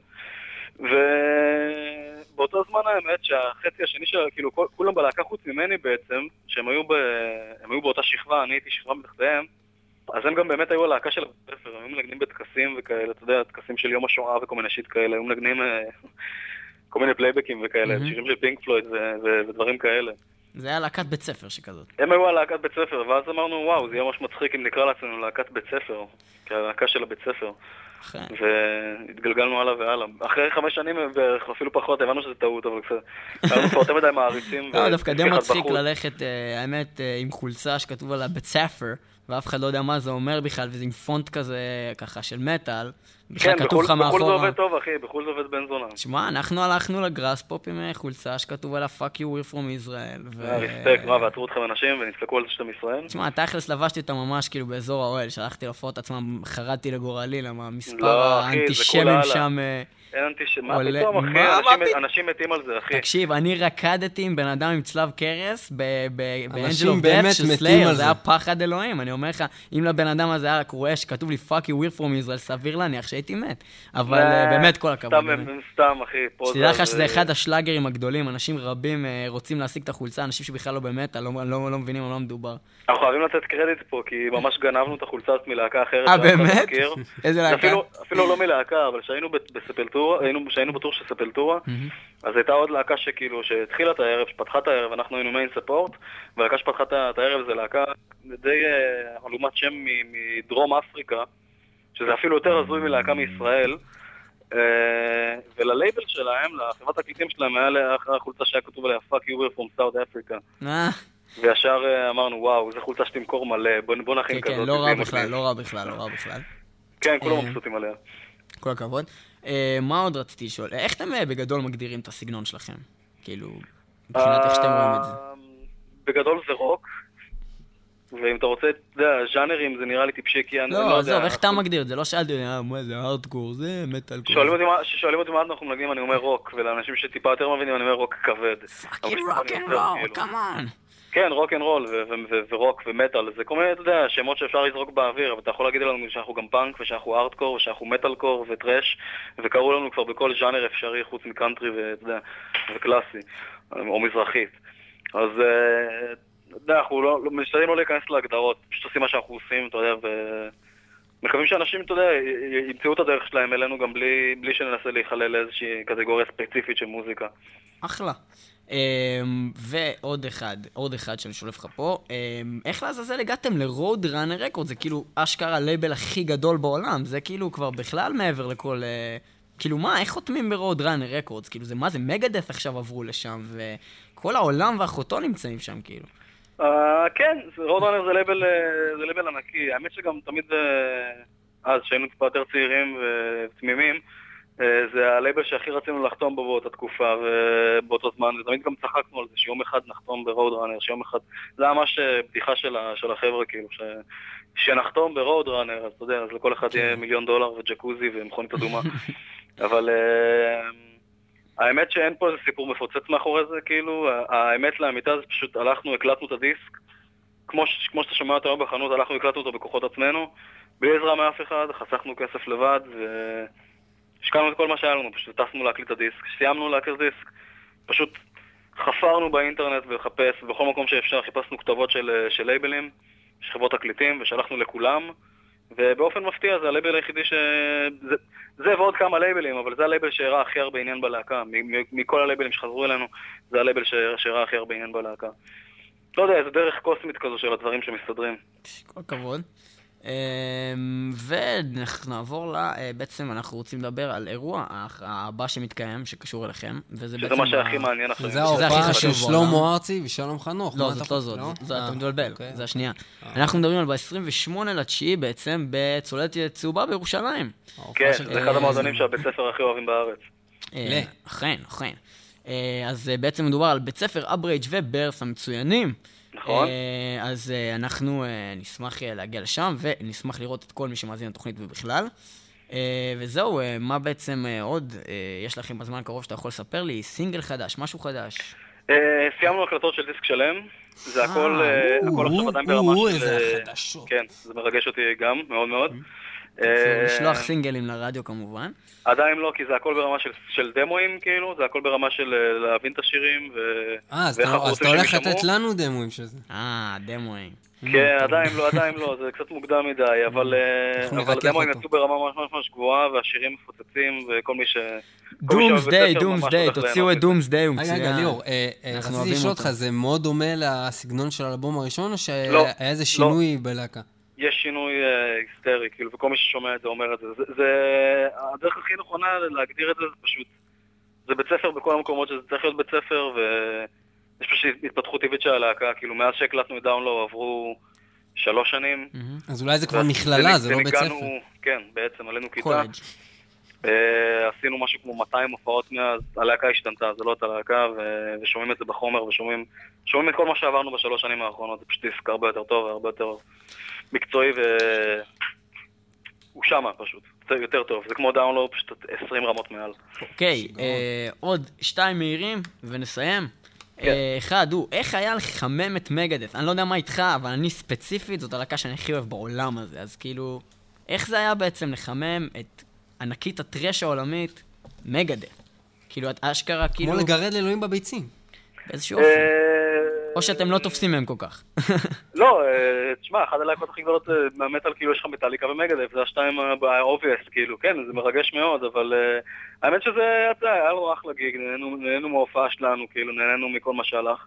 Speaker 6: ובאותו זמן האמת שהחצי השני של, כאילו כולם בלהקה חוץ ממני בעצם, שהם היו באותה שכבה, אני הייתי שכבה מתחתיהם, אז הם גם באמת היו הלהקה של הבית ספר, היו מנגנים בטקסים וכאלה, אתה יודע, טקסים של יום השואה וכל מיני שיט כאלה, היו מנגנים כל מיני פלייבקים וכאלה, שירים של פינק פלויד ודברים כאלה.
Speaker 2: זה היה להקת בית ספר שכזאת.
Speaker 6: הם היו הלהקת בית ספר, ואז אמרנו, וואו, זה יהיה ממש מצחיק אם נקרא לעצמנו להקת בית ספר, כהלהקה של הבית ספר. והתגלגלנו הלאה והלאה. אחרי חמש שנים, אפילו פחות, הבנו שזה טעות, אבל בסדר. היינו כבר יותר מדי מעריצים.
Speaker 2: דווקא די מצחיק ללכת, האמת, עם חולצה שכתוב עליה בית ספר, ואף אחד לא יודע מה זה אומר בכלל, וזה עם פונט כזה, ככה, של מטל.
Speaker 6: כן, בחול זה עובד טוב, אחי, בחול זה עובד בן זונה.
Speaker 2: תשמע, אנחנו הלכנו לגראס פופ עם חולצה שכתוב עליה Fuck you, we're from Israel.
Speaker 6: רספקט, מה, ועצרו אתכם אנשים ונסתכלו על זה שאתם ישראל?
Speaker 2: תשמע, תכלס לבשתי אותה ממש כאילו באזור האוהל, שלחתי לפות עצמם, חרדתי לגורלי, למה מספר האנטישמים שם...
Speaker 6: אין אנטישמים, מה פתאום, אחי? אנשים מתים על זה, אחי.
Speaker 2: תקשיב, אני רקדתי עם בן אדם עם צלב קרס באנג'ל אוף דף של סלייר, זה היה פחד אלוהים, אני אומר לך, אם לבן אדם הזה היה קורא שכתוב לי Fuck you, we're from Israel, סביר להניח שהייתי מת. אבל באמת כל הכבוד.
Speaker 6: סתם, אחי.
Speaker 2: שתדע לך שזה אחד השלאגרים הגדולים, אנשים רבים רוצים להשיג את החולצה, אנשים שבכלל לא באמת, לא מבינים על מה מדובר.
Speaker 6: אנחנו חייבים לתת קרדיט פה, כי ממש גנבנו את החולצה מלהקה אחרת.
Speaker 2: אה, באמת? איזה להקה?
Speaker 6: אפילו לא מלהקה, אבל שהיינו בספלטורה, שהיינו בטור של ספלטורה, אז הייתה עוד להקה שכאילו, שהתחילה את הערב, שפתחה את הערב, אנחנו היינו מיין ספורט, והלהקה שפתחה את הערב זה להקה די עלומת שם מדרום אפריקה, שזה אפילו יותר הזוי מלהקה מישראל, וללייבל שלהם, לחברת הקליטים שלהם, היה אחרי החולצה שהיה כתוב עליה Fuck you, we're from South Africa. וישר אמרנו, וואו, זו חולצה שתמכור מלא, בוא נכין כזאת.
Speaker 2: כן, לא רע בכלל, לא רע בכלל, לא רע בכלל.
Speaker 6: כן, כולם מבסוטים עליה.
Speaker 2: כל הכבוד. מה עוד רציתי לשאול? איך אתם בגדול מגדירים את הסגנון שלכם? כאילו, מבחינת איך שאתם רואים את זה.
Speaker 6: בגדול זה רוק, ואם אתה רוצה, אתה יודע, ז'אנרים זה נראה לי טיפשי, כי אני לא יודע...
Speaker 2: לא, עזוב, איך אתה מגדיר את זה? לא שאלתי, מה זה, הארדקור, זה מטל קור.
Speaker 6: שואלים אותי מה אנחנו מנגנים, אני אומר רוק, ולאנשים שטיפה יותר מבינים, אני אומר רוק כבד.
Speaker 2: פאקינג רוק אנד רול, קאמן.
Speaker 6: כן, רוק אנד רול ורוק ומטל, זה כל מיני, אתה יודע, שמות שאפשר לזרוק באוויר, אבל אתה יכול להגיד לנו שאנחנו גם פאנק, ושאנחנו ארטקור, ושאנחנו מטל קור וטרש, וקראו לנו כבר בכל ז'אנר אפשרי, חוץ מקאנטרי וקלאסי, או מזרחית. אז אתה יודע, אנחנו לא, משתדלים לא להיכנס להגדרות, פשוט עושים מה שאנחנו עושים, אתה יודע, ומקווים שאנשים, אתה יודע, ימצאו את הדרך שלהם אלינו גם בלי, בלי שננסה להיכלל לאיזושהי קטגוריה ספציפית של מוזיקה.
Speaker 2: אחלה. ועוד אחד, עוד אחד שאני שולף לך פה, איך לעזאזל הגעתם לרוד ראנר רקורד? זה כאילו אשכרה הלייבל הכי גדול בעולם, זה כאילו כבר בכלל מעבר לכל... כאילו מה, איך חותמים ברוד ראנר רקורדס? כאילו זה מה, זה מגדף עכשיו עברו לשם, וכל העולם ואחותו נמצאים שם, כאילו.
Speaker 6: כן, רוד ראנר זה לייבל ענקי. האמת שגם תמיד אז, שהיינו טיפה יותר צעירים ותמימים, זה הלייבל שהכי רצינו לחתום בו באותה תקופה ובאותו זמן, ותמיד גם צחקנו על זה שיום אחד נחתום ברוד ראנר, שיום אחד, זה היה ממש בדיחה של החבר'ה כאילו, שנחתום ברוד ראנר, אז אתה יודע, אז לכל אחד יהיה מיליון דולר וג'קוזי ומכונית אדומה, אבל האמת שאין פה איזה סיפור מפוצץ מאחורי זה, כאילו, האמת לאמיתה זה פשוט הלכנו, הקלטנו את הדיסק, כמו שאתה שומע אותו בחנות, הלכנו, הקלטנו אותו בכוחות עצמנו, בלי עזרה מאף אחד, חסכנו כסף לבד ו... השקענו את כל מה שהיה לנו, פשוט טסנו להקליט את הדיסק, סיימנו להקליט דיסק, פשוט חפרנו באינטרנט ולחפש, ובכל מקום שאפשר חיפשנו כתובות של, של לייבלים, של חברות תקליטים, ושלחנו לכולם, ובאופן מפתיע זה הלייבל היחידי ש... זה, זה ועוד כמה לייבלים, אבל זה הלייבל שהראה הכי הרבה עניין בלהקה, מכל הלייבלים שחזרו אלינו, זה הלייבל שהראה הכי הרבה עניין בלהקה. לא יודע, זה דרך קוסמית כזו של הדברים שמסתדרים.
Speaker 2: כל כבוד. ונעבור לה, בעצם אנחנו רוצים לדבר על אירוע הבא שמתקיים, שקשור אליכם, וזה בעצם...
Speaker 6: שזה מה שהכי מעניין אחרי.
Speaker 3: זה ההופעה של שלמה ארצי ושלום חנוך.
Speaker 2: לא, זאת לא זאת, אתה מתבלבל, זה השנייה. אנחנו מדברים על ב-עשרים ושמונה לתשיעי בעצם, בצוללת צהובה בירושלים.
Speaker 6: כן, זה אחד המועדונים שהבית ספר הכי אוהבים בארץ.
Speaker 2: אכן, אכן. אז בעצם מדובר על בית ספר אברייג' וברס המצוינים.
Speaker 6: נכון.
Speaker 2: אז אנחנו נשמח להגיע לשם, ונשמח לראות את כל מי שמאזין לתוכנית ובכלל. וזהו, מה בעצם עוד יש לכם בזמן קרוב שאתה יכול לספר לי? סינגל חדש, משהו חדש?
Speaker 6: סיימנו הקלטות של דיסק שלם. זה הכל עכשיו עדיין ברמה של... כן, זה מרגש אותי גם, מאוד מאוד.
Speaker 2: לשלוח סינגלים לרדיו כמובן.
Speaker 6: עדיין לא, כי זה הכל ברמה של, של דמוים, כאילו, זה הכל ברמה של להבין את השירים ו...
Speaker 3: אה, אז אתה, אז אתה הולך לתת לנו דמוים של זה.
Speaker 2: אה, דמוים.
Speaker 6: כן, עדיין לא, עדיין לא, זה קצת מוקדם מדי, אבל, אבל דמוים יצאו ברמה ממש ממש גבוהה, והשירים מפוצצים, וכל מי ש...
Speaker 2: דומסדיי, דומסדיי, תוציאו את דומסדיי, הוא
Speaker 3: מצוין. רגע, ליאור, רציתי לשאול אותך, זה מאוד דומה לסגנון של האלבום הראשון, או שהיה איזה שינוי בלהקה?
Speaker 6: יש שינוי היסטרי, כאילו, וכל מי ששומע את זה אומר את זה. זה, זה הדרך הכי נכונה להגדיר את זה, זה פשוט, זה בית ספר בכל המקומות שזה צריך להיות בית ספר, ויש פשוט התפתחות טבעית של הלהקה, כאילו, מאז שהקלטנו את דאונלואו עברו שלוש שנים.
Speaker 3: אז אולי זה כבר מכללה, זה לא בית ספר.
Speaker 6: כן, בעצם, עלינו כיתה. עשינו משהו כמו מאתיים הופעות מאז, הלהקה השתנתה, זה לא את הלהקה, ושומעים את זה בחומר, ושומעים את כל מה שעברנו בשלוש שנים האחרונות, זה פשוט דיסק הרבה יותר טוב, הרבה יותר מקצועי, והוא שמה פשוט, זה יותר טוב, זה כמו דאונלואו, פשוט עשרים רמות מעל.
Speaker 2: אוקיי, עוד שתיים מהירים, ונסיים. אחד הוא, איך היה לחמם את מגדף? אני לא יודע מה איתך, אבל אני ספציפית, זאת הלהקה שאני הכי אוהב בעולם הזה, אז כאילו, איך זה היה בעצם לחמם את ענקית הטרש העולמית, מגדף? כאילו, את אשכרה, כאילו...
Speaker 3: כמו לגרד לאלוהים בביצים.
Speaker 2: באיזשהו אופן. או שאתם לא תופסים מהם כל כך.
Speaker 6: לא, תשמע, אחד הלהקות הכי גדולות מהמטל, כאילו, יש לך מטאליקה ומגדף, זה השתיים ה-obvious, כאילו, כן, זה מרגש מאוד, אבל האמת שזה, היה לו אחלה גיג, נהנינו מההופעה שלנו, כאילו, נהנינו מכל מה שהלך.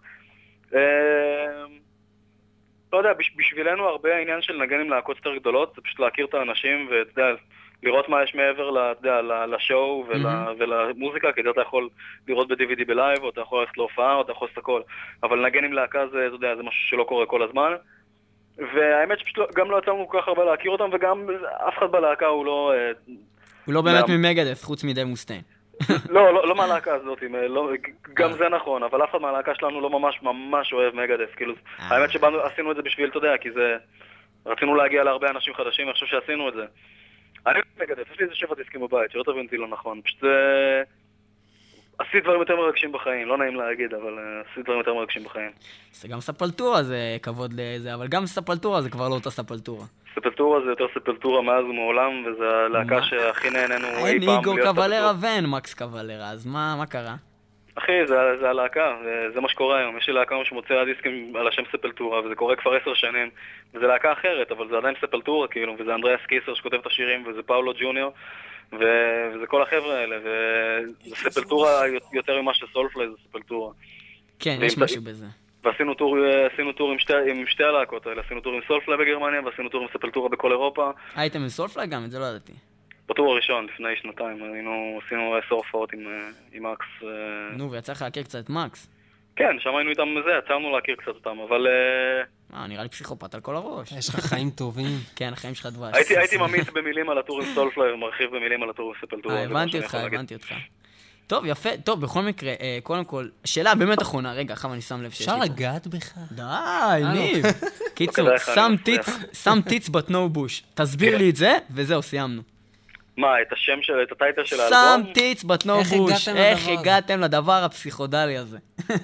Speaker 6: לא יודע, בשבילנו הרבה העניין של נגן עם להקות יותר גדולות, זה פשוט להכיר את האנשים, ואתה יודע, לראות מה יש מעבר לשואו ולמוזיקה, כי אתה יכול לראות ב-די וי די בלייב, או אתה יכול ללכת להופעה, או אתה יכול לעשות הכל. אבל נגן עם להקה זה, אתה יודע, זה משהו שלא קורה כל הזמן. והאמת שפשוט גם לא יצאנו כל כך הרבה להכיר אותם, וגם אף אחד בלהקה הוא לא...
Speaker 2: הוא לא באמת ממגדף, חוץ מדי מוסטיין.
Speaker 6: לא, לא מהלהקה הזאת, גם זה נכון, אבל אף אחד מהלהקה שלנו לא ממש ממש אוהב מגדף. כאילו, האמת שעשינו את זה בשביל, אתה יודע, כי זה... רצינו להגיע להרבה אנשים חדשים, אני חושב שעשינו את זה. אני מגדף, יש לי איזה שבע דיסקים בבית, שלא תבין אותי לא נכון. פשוט זה... עשית דברים יותר מרגשים בחיים, לא נעים להגיד, אבל עשית דברים יותר מרגשים בחיים.
Speaker 2: זה גם ספלטורה, זה כבוד לזה, אבל גם ספלטורה זה כבר לא אותה ספלטורה.
Speaker 6: ספלטורה זה יותר ספלטורה מאז ומעולם, וזו הלהקה שהכי נהנינו אי פעם.
Speaker 2: אין איגור קוולרה ואין מקס קוולרה, אז מה קרה?
Speaker 6: אחי, זה, זה הלהקה, זה, זה מה שקורה היום. יש לי להקה שמוציאה דיסקים על השם ספלטורה, וזה קורה כבר עשר שנים, וזה להקה אחרת, אבל זה עדיין ספלטורה, כאילו, וזה אנדריאס קיסר שכותב את השירים, וזה פאולו ג'וניור, ו... וזה כל החבר'ה האלה, וזה ספלטורה יותר ממה שסולפליי זה ספלטורה.
Speaker 2: כן, יש משהו בזה.
Speaker 6: ועשינו טור, עשינו טור עם, שתי, עם שתי הלהקות האלה, עשינו טור עם סולפליי בגרמניה, ועשינו טור עם ספלטורה בכל אירופה.
Speaker 2: הייתם עם סולפליי גם? את זה לא ידעתי.
Speaker 6: בטור הראשון, לפני שנתיים, היינו, עשינו עשר הופעות עם, עם מקס.
Speaker 2: נו, ויצא לך להכיר קצת את מקס?
Speaker 6: כן, שם היינו איתם זה, יצרנו להכיר קצת אותם, אבל...
Speaker 2: אה, נראה לי פסיכופת על כל הראש.
Speaker 3: יש לך חיים טובים.
Speaker 2: כן, החיים שלך דבש.
Speaker 6: הייתי, הייתי ממיץ במילים על הטור עם סולפליי, ומרחיב במילים על הטור עם ספלטורה.
Speaker 2: אה, הבנתי אותך, הבנתי אותך. טוב, יפה, טוב, בכל מקרה, קודם כל, שאלה באמת אחרונה, רגע, עכשיו אני שם לב שיש לי פה.
Speaker 3: אפשר לגעת בך?
Speaker 2: די, ניב. קיצור, שם טיץ but no bush. תסביר לי את זה, וזהו, סיימנו.
Speaker 6: מה, את השם של, את הטייטל של האלבום?
Speaker 2: שם טיץ but no bush. איך הגעתם לדבר הפסיכודלי הזה?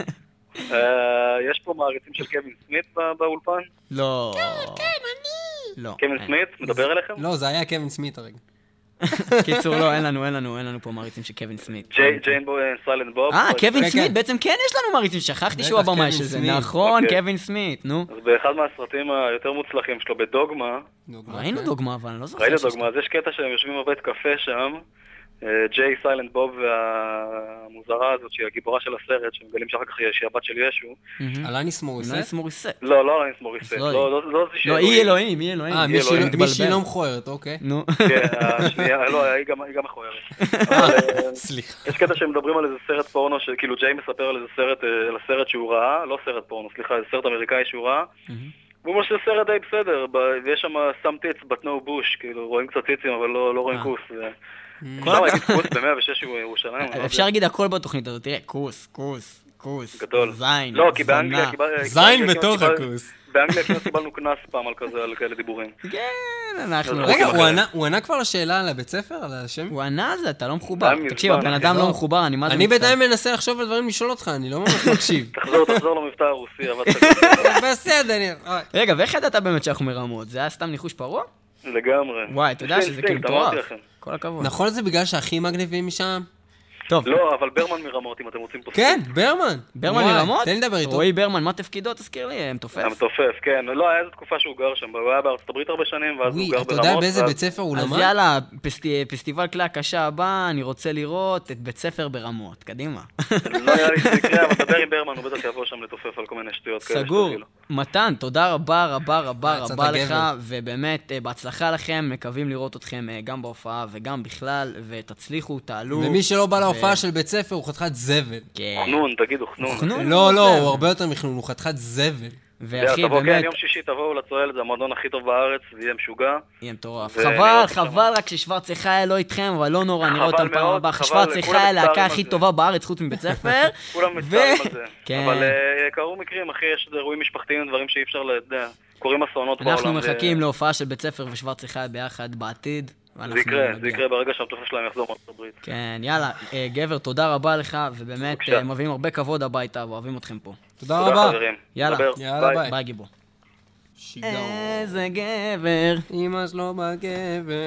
Speaker 6: יש פה מעריצים של קווין סמית באולפן?
Speaker 2: לא. כן, כן, אני. לא.
Speaker 6: קווין סמית, מדבר אליכם?
Speaker 3: לא, זה היה קווין סמית הרגע.
Speaker 2: קיצור, לא, אין לנו, אין לנו, אין לנו פה מעריצים של קווין סמית.
Speaker 6: ג'יין בו, סיילנט בוב.
Speaker 2: אה, קווין סמית, בעצם כן יש לנו מעריצים, שכחתי שהוא הבמאי של זה. נכון, קווין סמית, נו.
Speaker 6: אז באחד מהסרטים היותר מוצלחים שלו, בדוגמה.
Speaker 2: ראינו דוגמה, אבל אני לא זוכר.
Speaker 6: ראינו דוגמה, אז יש קטע שהם יושבים בבית קפה שם, ג'יי, סיילנט בוב והמוזרה הזאת, שהיא הגיבורה של הסרט, שמגלים שאחר כך שהיא הבת של ישו.
Speaker 3: אלניס מוריסט?
Speaker 2: אלניס מוריסט.
Speaker 6: לא, לא אלניס מוריסט.
Speaker 2: לא, היא אלוהים, היא אלוהים.
Speaker 3: אה, מישהי לא מכוערת, אוקיי.
Speaker 2: נו.
Speaker 6: כן, השנייה, לא, היא גם מכוערת.
Speaker 3: סליחה.
Speaker 6: יש קטע שהם מדברים על איזה סרט פורנו, כאילו ג'יי מספר על איזה סרט, על הסרט שהוא ראה, לא סרט פורנו, סליחה, זה סרט אמריקאי שהוא ראה. והוא אומר שזה סרט די בסדר, ויש שם some tits but no bush, כאילו רואים קצת ציצים אבל לא רואים כוס. לא, הייתי כוס ב-מאה ושש ירושלים.
Speaker 2: אפשר להגיד הכל בתוכנית הזאת, תראה, כוס, כוס, כוס, זין,
Speaker 6: לא, כי באנגליה...
Speaker 3: זין בתוך הכוס.
Speaker 6: באנגליה כמעט קיבלנו כנס פעם על כזה, על כאלה דיבורים.
Speaker 2: כן, אנחנו...
Speaker 3: רגע, הוא ענה כבר לשאלה על הבית ספר, על השם?
Speaker 2: הוא ענה על זה, אתה לא מחובר. תקשיב, הבן אדם לא מחובר, אני מה זה
Speaker 3: אני בינתיים מנסה לחשוב על דברים לשאול אותך, אני לא ממש מקשיב.
Speaker 6: תחזור, תחזור למבטא הרוסי, אבל...
Speaker 3: בסדר, ניר.
Speaker 2: רגע, ואיך ידעת באמת שאנחנו מרמות? זה היה סתם ניחוש פרוע?
Speaker 6: לגמרי.
Speaker 2: וואי, אתה יודע שזה כאילו מטורף. כל הכבוד.
Speaker 3: נכון זה בגלל שהכי מגניבים משם?
Speaker 2: טוב.
Speaker 6: לא, אבל ברמן מרמות, אם אתם רוצים פה...
Speaker 3: כן, ברמן.
Speaker 2: ברמן מרמות?
Speaker 3: תן לי לדבר איתו.
Speaker 2: רועי ברמן, מה תפקידו? תזכיר לי, מתופף.
Speaker 6: מתופף, כן. לא, היה איזו תקופה שהוא גר שם. הוא היה בארצות הברית הרבה שנים, ואז הוא גר ברמות.
Speaker 3: אתה יודע באיזה בית ספר הוא למד?
Speaker 2: אז יאללה, פסטיבל כלי הקשה הבא, אני רוצה לראות את בית ספר ברמות. קדימה.
Speaker 6: לא נראה לי שזה יקרה, אבל תדבר עם ברמן, הוא בטח יבוא שם לתופף על כל מיני שטויות כאלה.
Speaker 2: סגור. מתן, תודה רבה רבה רבה רבה לך, ובאמת בהצלחה לכם, מקווים לראות אתכם גם בהופעה וגם בכלל, ותצליחו, תעלו.
Speaker 3: ומי שלא בא להופעה של בית ספר הוא חתיכת זבל.
Speaker 6: חנון, תגידו חנון.
Speaker 3: לא, לא, הוא הרבה יותר מחנון, הוא חתיכת זבל.
Speaker 2: ואחי,
Speaker 6: תבוא,
Speaker 2: באמת...
Speaker 6: כן, יום שישי תבואו לצועלת, זה המועדון הכי טוב בארץ, זה יהיה משוגע.
Speaker 2: יהיה מטורף. חבל, חבל רק ששוורץ יחיה לא איתכם, אבל לא נורא, נראה אותם פעם הבאה. שוורץ יחיה הלהקה הכי טובה בארץ, חוץ מבית ספר.
Speaker 6: כולם מצטערים על זה. אבל קרו מקרים, אחי, יש אירועים משפחתיים, דברים שאי אפשר לדעת. קוראים אסונות בעולם.
Speaker 2: אנחנו מחכים להופעה של בית ספר ושוורץ יחיה ביחד בעתיד.
Speaker 6: זה יקרה, זה יקרה ברגע שהמתופף שלהם יחזור מארצות הברית.
Speaker 2: כן, יאללה, גבר, תודה רבה לך, ובאמת מביאים הרבה כבוד הביתה, ואוהבים אתכם פה.
Speaker 3: תודה רבה.
Speaker 2: יאללה,
Speaker 3: יאללה,
Speaker 2: ביי גיבור. איזה גבר.
Speaker 3: אמא שלו בגבר.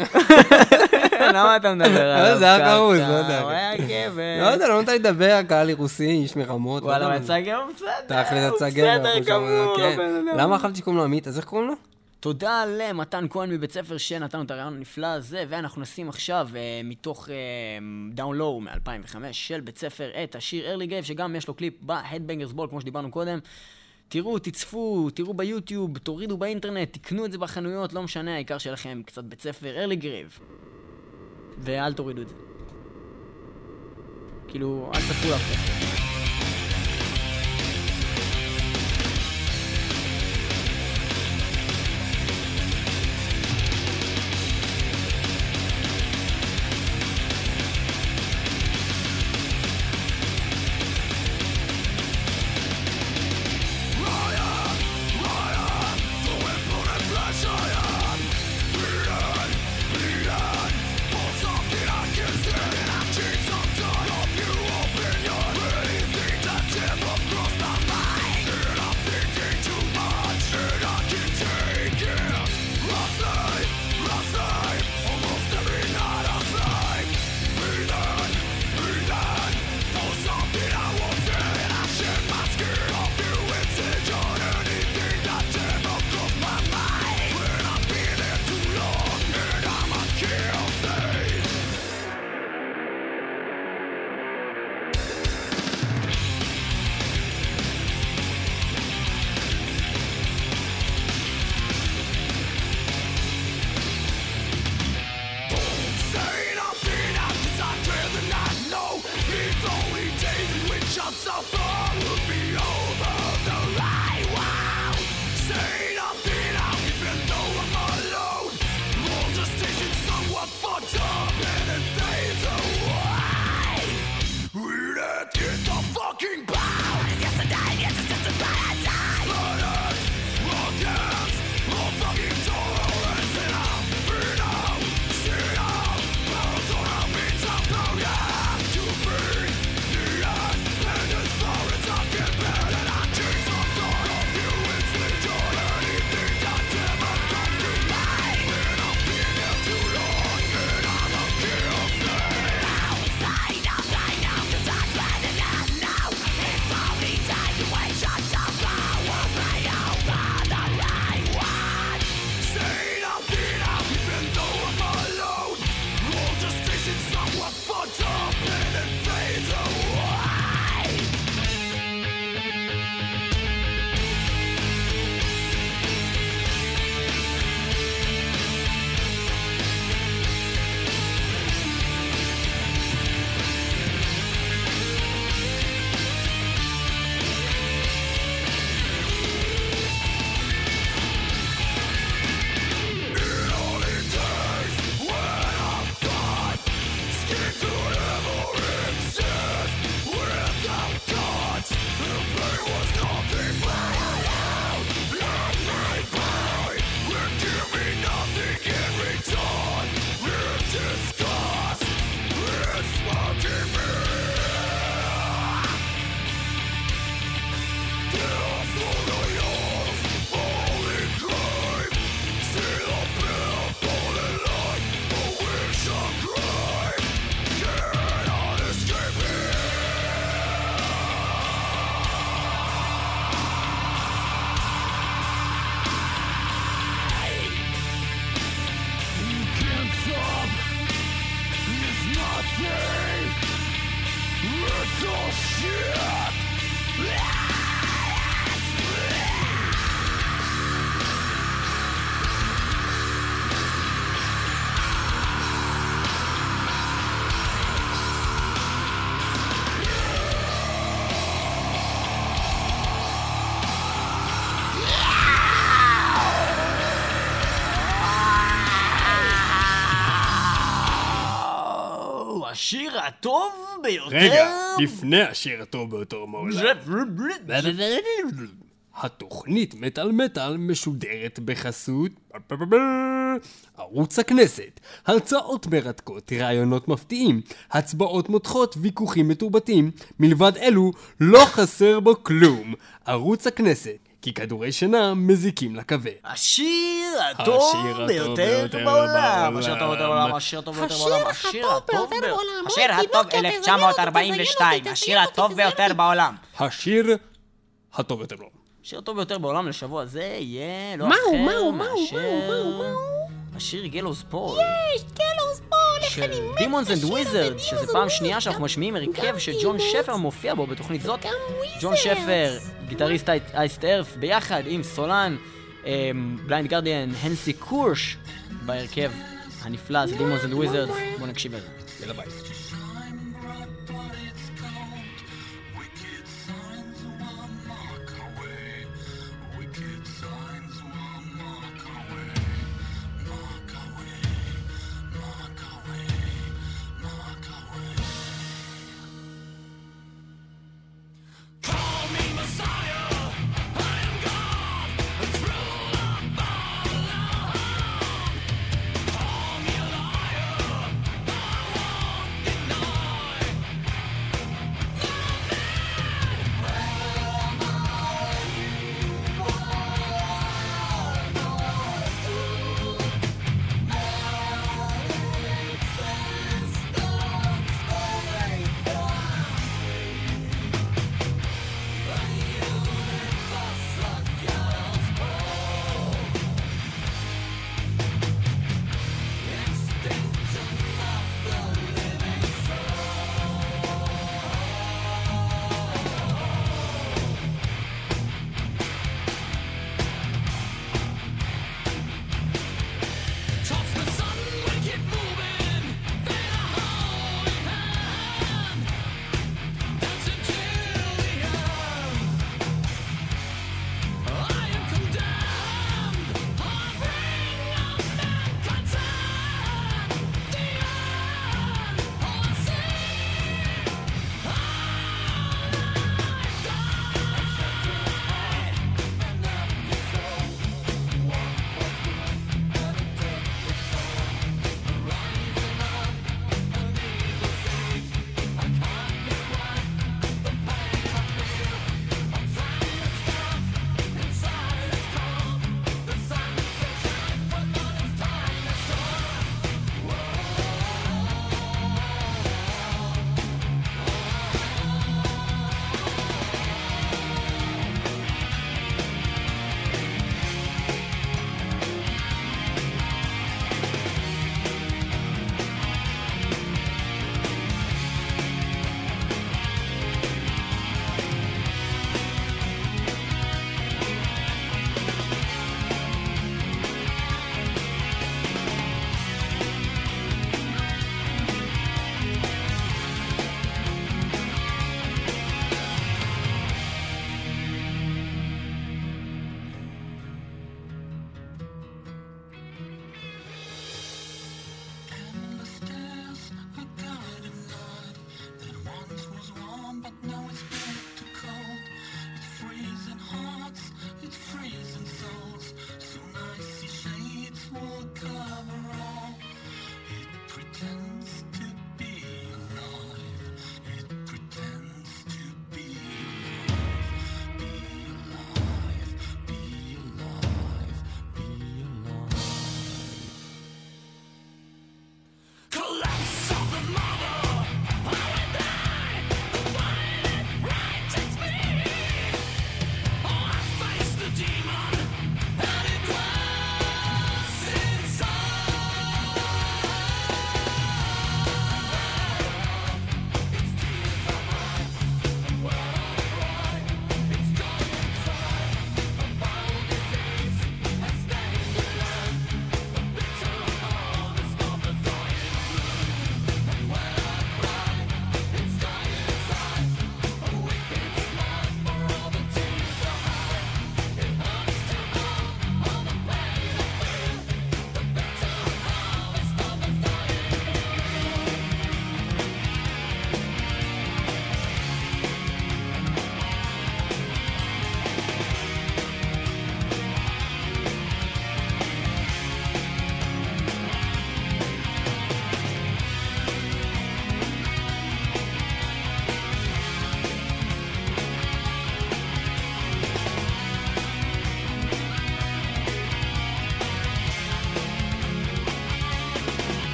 Speaker 2: למה אתה מדבר עליו?
Speaker 3: זה היה קרוז, לא יודע.
Speaker 2: הוא היה גבר.
Speaker 3: לא יודע, לא מתי לדבר, קהל רוסי, איש מרמות.
Speaker 2: וואלה, הוא יצא גבר, בסדר.
Speaker 3: תכל'ס יצא גבר. בסדר גמור. למה אכלתי שקוראים לו עמית? אז איך קוראים לו?
Speaker 2: תודה למתן כהן מבית ספר שנתנו את הרעיון הנפלא הזה, ואנחנו נשים עכשיו מתוך דאון לואו מ-אלפיים וחמש של בית ספר את השיר ארלי גייב, שגם יש לו קליפ בהדבנגרס בול, כמו שדיברנו קודם. תראו, תצפו, תראו ביוטיוב, תורידו באינטרנט, תקנו את זה בחנויות, לא משנה, העיקר שלכם קצת בית ספר ארלי גייב. ואל תורידו את זה. כאילו, אל תצפו לך.
Speaker 5: Something I can stand and I keep some time. Hope you open your ready.
Speaker 2: השיר הטוב ביותר...
Speaker 7: רגע, לפני השיר הטוב ביותר מעולם. התוכנית מטל מטל משודרת בחסות ערוץ הכנסת. הרצאות מרתקות, רעיונות מפתיעים, הצבעות מותחות, ויכוחים מתורבתים. מלבד אלו לא חסר בו כלום. ערוץ הכנסת, כי כדורי שינה מזיקים לכבד.
Speaker 2: השיר הטוב ביותר בעולם. השיר הטוב ביותר בעולם. השיר הטוב ביותר בעולם. השיר הטוב ביותר בעולם. השיר הטוב אלף תשע מאות ארבעים ושתיים. השיר הטוב ביותר בעולם.
Speaker 7: השיר הטוב ביותר בעולם.
Speaker 2: השיר הטוב ביותר בעולם לשבוע זה יהיה לא אחר מאשר השיר גלוז פול.
Speaker 8: יש, גלוז פול, איך אני מתה
Speaker 2: דימונס אנד וויזרד, שזה פעם שנייה שאנחנו משמיעים הרכב שג'ון שפר מופיע בו בתוכנית זאת. ג'ון שפר, גיטריסט אייסט ארף, ביחד עם סולן בליינד גרדיאן, הנסי קורש, בהרכב הנפלא זה דימונס אנד וויזרד. בואו נקשיב לזה.
Speaker 7: יאללה ביי.
Speaker 5: Call me a liar, I am God, and true of all alone.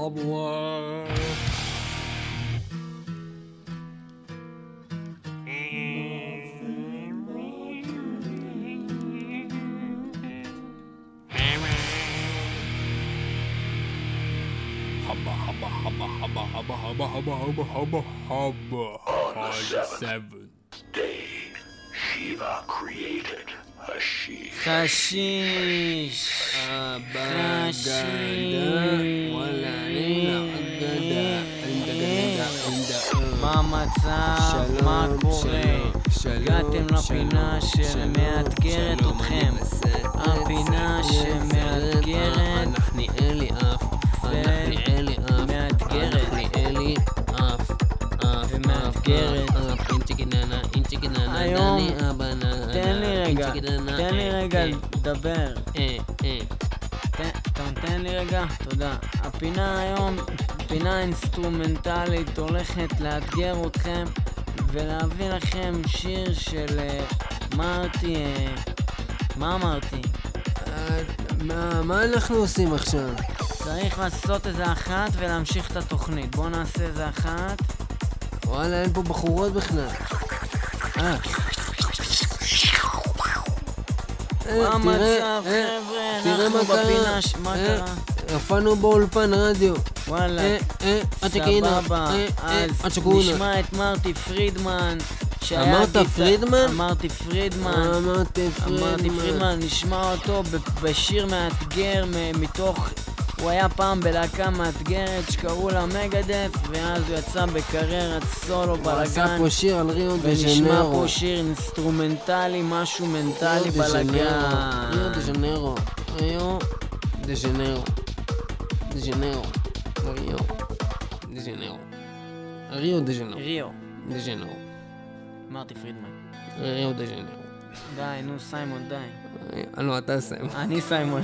Speaker 7: בבוא. Hubba, hubba, hubba, hubba, hubba, hubba, hubba, hubba, hubba, hubba, hubba, seven.
Speaker 5: Day, Shiva created Hashish.
Speaker 2: חשיש.
Speaker 3: חשיש. וואלה, אני אגדה.
Speaker 2: מה המצב? מה קורה? הגעתם לפינה שמאתגרת אתכם. הפינה שמאתגרת
Speaker 3: אלי אף. אלי אף.
Speaker 2: מאתגרת.
Speaker 3: אלי אף.
Speaker 2: ומאתגרת.
Speaker 3: אינצ'יקיננה, אינצ'יקיננה,
Speaker 2: היום,
Speaker 3: דני אבנה.
Speaker 2: תן לי רגע, תן לי רגע לדבר.
Speaker 3: אה, אה.
Speaker 2: אתה נותן לי רגע? תודה. הפינה היום, פינה אינסטרומנטלית, הולכת לאתגר אתכם ולהביא לכם שיר של... מה אמרתי? מה אמרתי?
Speaker 3: מה אנחנו עושים עכשיו?
Speaker 2: צריך לעשות איזה אחת ולהמשיך את התוכנית. בואו נעשה איזה אחת.
Speaker 3: וואלה, אין פה בחורות בכלל. אה.
Speaker 2: מה המצב, חבר'ה? אנחנו בפינה... מה קרה?
Speaker 3: הופענו באולפן רדיו.
Speaker 2: וואלה, סבבה. אז נשמע את מרטי פרידמן.
Speaker 3: אמרת פרידמן?
Speaker 2: אמרתי פרידמן.
Speaker 3: אמרתי
Speaker 2: אמרתי פרידמן. נשמע אותו בשיר מאתגר מתוך... הוא היה פעם בלהקה מאתגרת שקראו לה מגדף, ואז הוא יצא בקריירת סולו בלגן.
Speaker 3: הוא עשה פה שיר על ריו דה ז'נרו.
Speaker 2: ונשמע פה שיר אינסטרומנטלי, משהו מנטלי בלגן.
Speaker 3: ריו דה ז'נרו. ריו דה ז'נרו. דה ז'נרו. ריו דה ז'נרו. ריו דה ז'נרו.
Speaker 2: ריו
Speaker 3: דה ז'נרו.
Speaker 2: מרטי פרידמן.
Speaker 3: ריו דה ז'נרו.
Speaker 2: די, נו סיימון, די.
Speaker 3: לא, אתה סיימון.
Speaker 2: אני סיימון.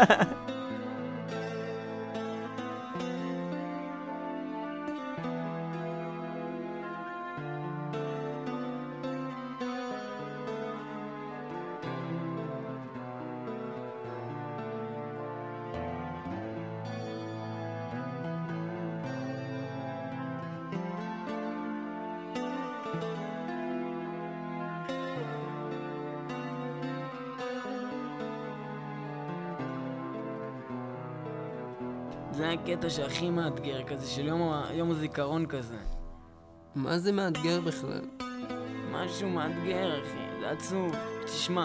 Speaker 2: זה הקטע שהכי מאתגר, כזה של יום, יום הזיכרון כזה.
Speaker 3: מה זה מאתגר בכלל?
Speaker 2: משהו מאתגר, אחי, זה עצוב. תשמע.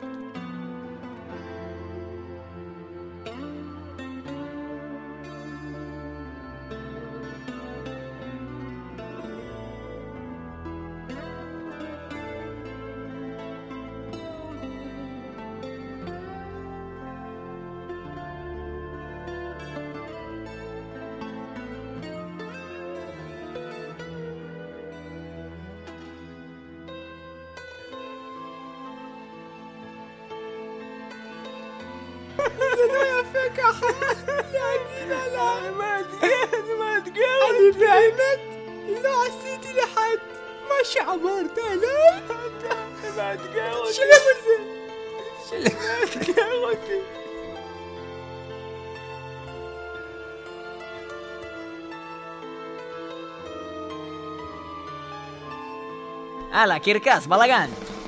Speaker 4: זה לא יפה ככה להגיד עליי. זה מאתגר, זה מאתגר. אני באמת לא עשיתי לך את מה שאמרת עליי. זה מאתגר אותי. תשלם על זה. תשלם. מאתגר אותי.
Speaker 2: הלאה, קרקס, בלגן.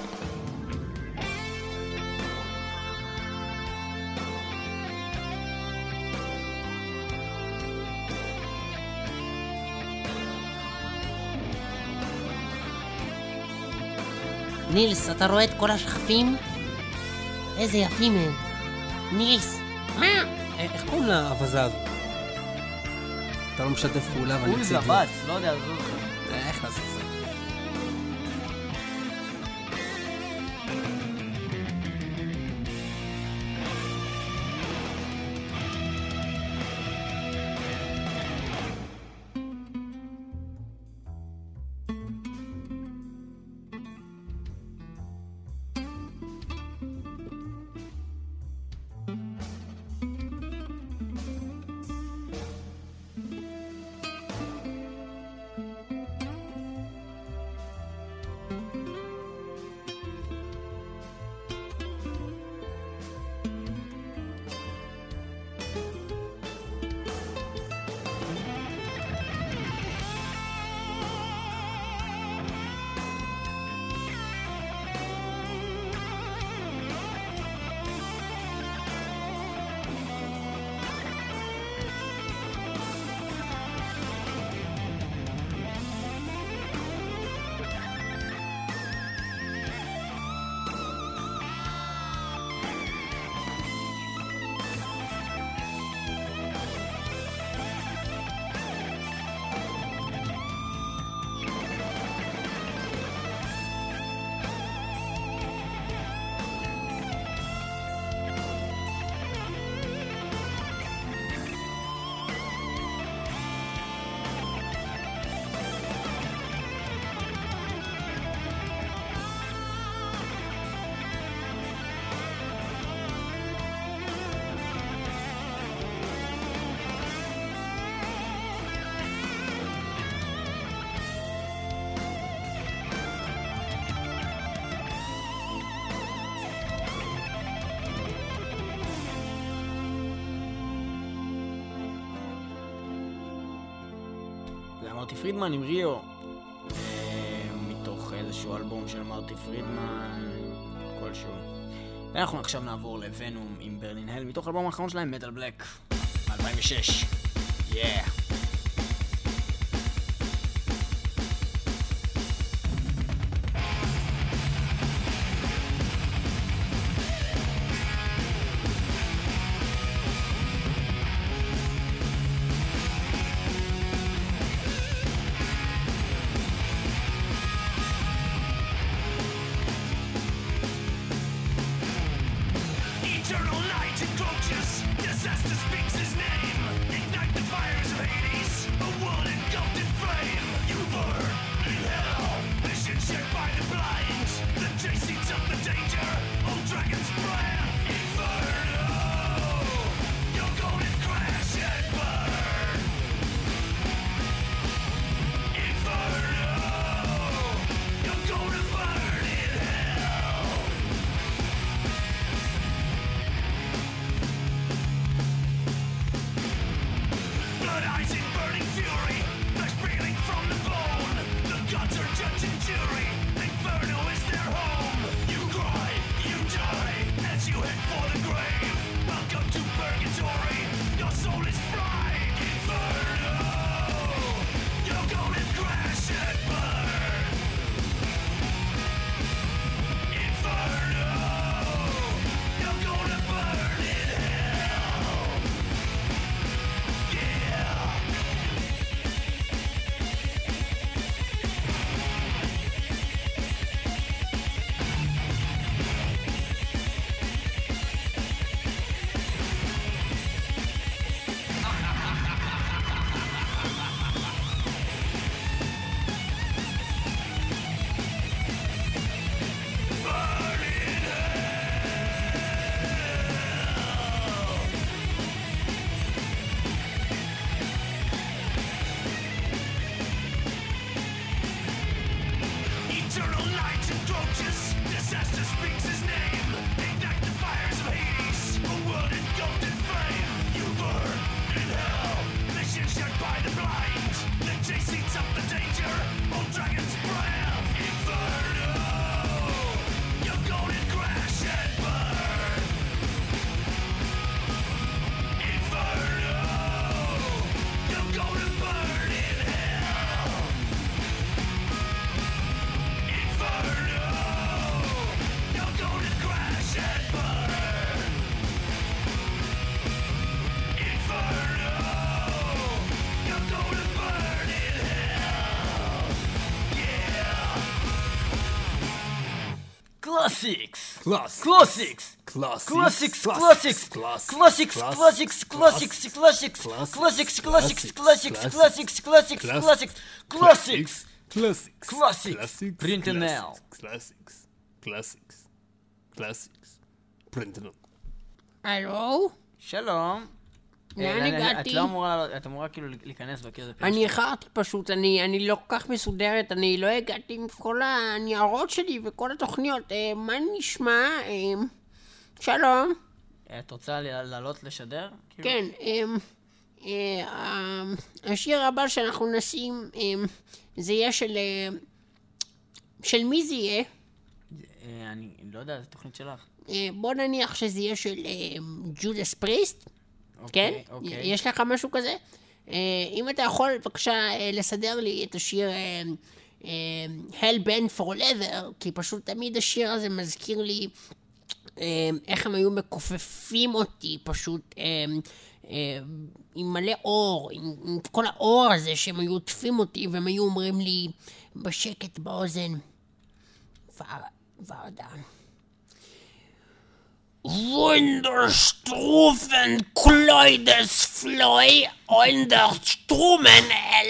Speaker 8: נילס, אתה רואה את כל השכפים? איזה יפים הם. נילס, מה?
Speaker 3: איך קוראים לאבזה הזאת? אתה לא משתף פעולה ואני
Speaker 2: הוא זבץ, לא יודע, עזוב לך.
Speaker 3: איך לעשות זה?
Speaker 2: מרטי פרידמן עם ריו, מתוך איזשהו אלבום של מרטי פרידמן כלשהו. ואנחנו עכשיו נעבור לוונום עם ברלין הל, מתוך אלבום האחרון שלהם, מטל בלק, אלפיים ושש. Yeah.
Speaker 5: Eternal night encroaches, disaster speaks his name. Ignite the fires of Hades, a world engulfed in flame. You burn in hell, vision shared by the blind. The chase eats up the danger, old dragon's breath. Inferno, you're going to crash and burn. Inferno, you're going to burn in hell. Blood eyes in burning fury, flesh peeling from the bone. The gods are judge and jury, Inferno is their home. You cry, you die, as you head for the grave. Welcome to purgatory, your soul is fried. Inferno, you're gonna crash and burn. Inferno, you're gonna burn in hell. Yeah. Eternal night encroaches, disaster speaks his name. Ignite the fires of Hades, a world engulfed in flame. You burn in hell, vision shared by the blind. The chase eats up the danger, old dragon's breath. Inferno, you're gonna crash and burn. Inferno, you're gonna burn in hell. Inferno, you're gonna crash and burn. Inferno, you're gonna burn in hell. Yeah.
Speaker 2: Classics!
Speaker 7: Classics.
Speaker 2: Classics!
Speaker 7: Classics.
Speaker 2: Classics!
Speaker 7: Classics.
Speaker 2: Classics! Classics! Classics! Classics! Classics! Classics! Classics! Classics! Classics! Classics! Classics!
Speaker 7: Classics.
Speaker 2: Classics. Print and nail.
Speaker 7: Classics. Classics. Classics. Print and nail.
Speaker 3: הלו?
Speaker 2: שלום.
Speaker 3: לאן
Speaker 2: אה, אני-
Speaker 3: הגעתי?
Speaker 2: את לא אמורה, לעלות- את אמורה כאילו להיכנס וכאילו זה פרק
Speaker 3: אני
Speaker 2: שלך.
Speaker 3: איחרתי פשוט, אני, אני לא כל כך מסודרת, אני לא הגעתי עם כל הניירות שלי וכל התוכניות. אה, מה נשמע? אה, שלום.
Speaker 2: אה, את רוצה ל- לעלות לשדר? כאילו?
Speaker 3: כן, אה, אה, אה, השיר הבא שאנחנו נשים, אה, זה יהיה של... אה, של מי זה יהיה?
Speaker 2: אה, אני לא יודע, זו תוכנית שלך.
Speaker 3: אה, בוא נניח שזה יהיה של אה, ג'ודס פריסט. כן?
Speaker 2: אוקיי, אוקיי.
Speaker 3: יש לך משהו כזה? אה, אם אתה יכול, בבקשה, אה, לסדר לי את השיר אה, אה, Hell Bent for Leather, כי פשוט תמיד השיר הזה מזכיר לי אה, איך הם היו מכופפים אותי, פשוט אה, אה, עם מלא אור, עם, עם כל האור הזה שהם היו עוטפים אותי, והם היו אומרים לי בשקט באוזן, ועדה. Wunderstrufen Kleudes Floi und der Strumen el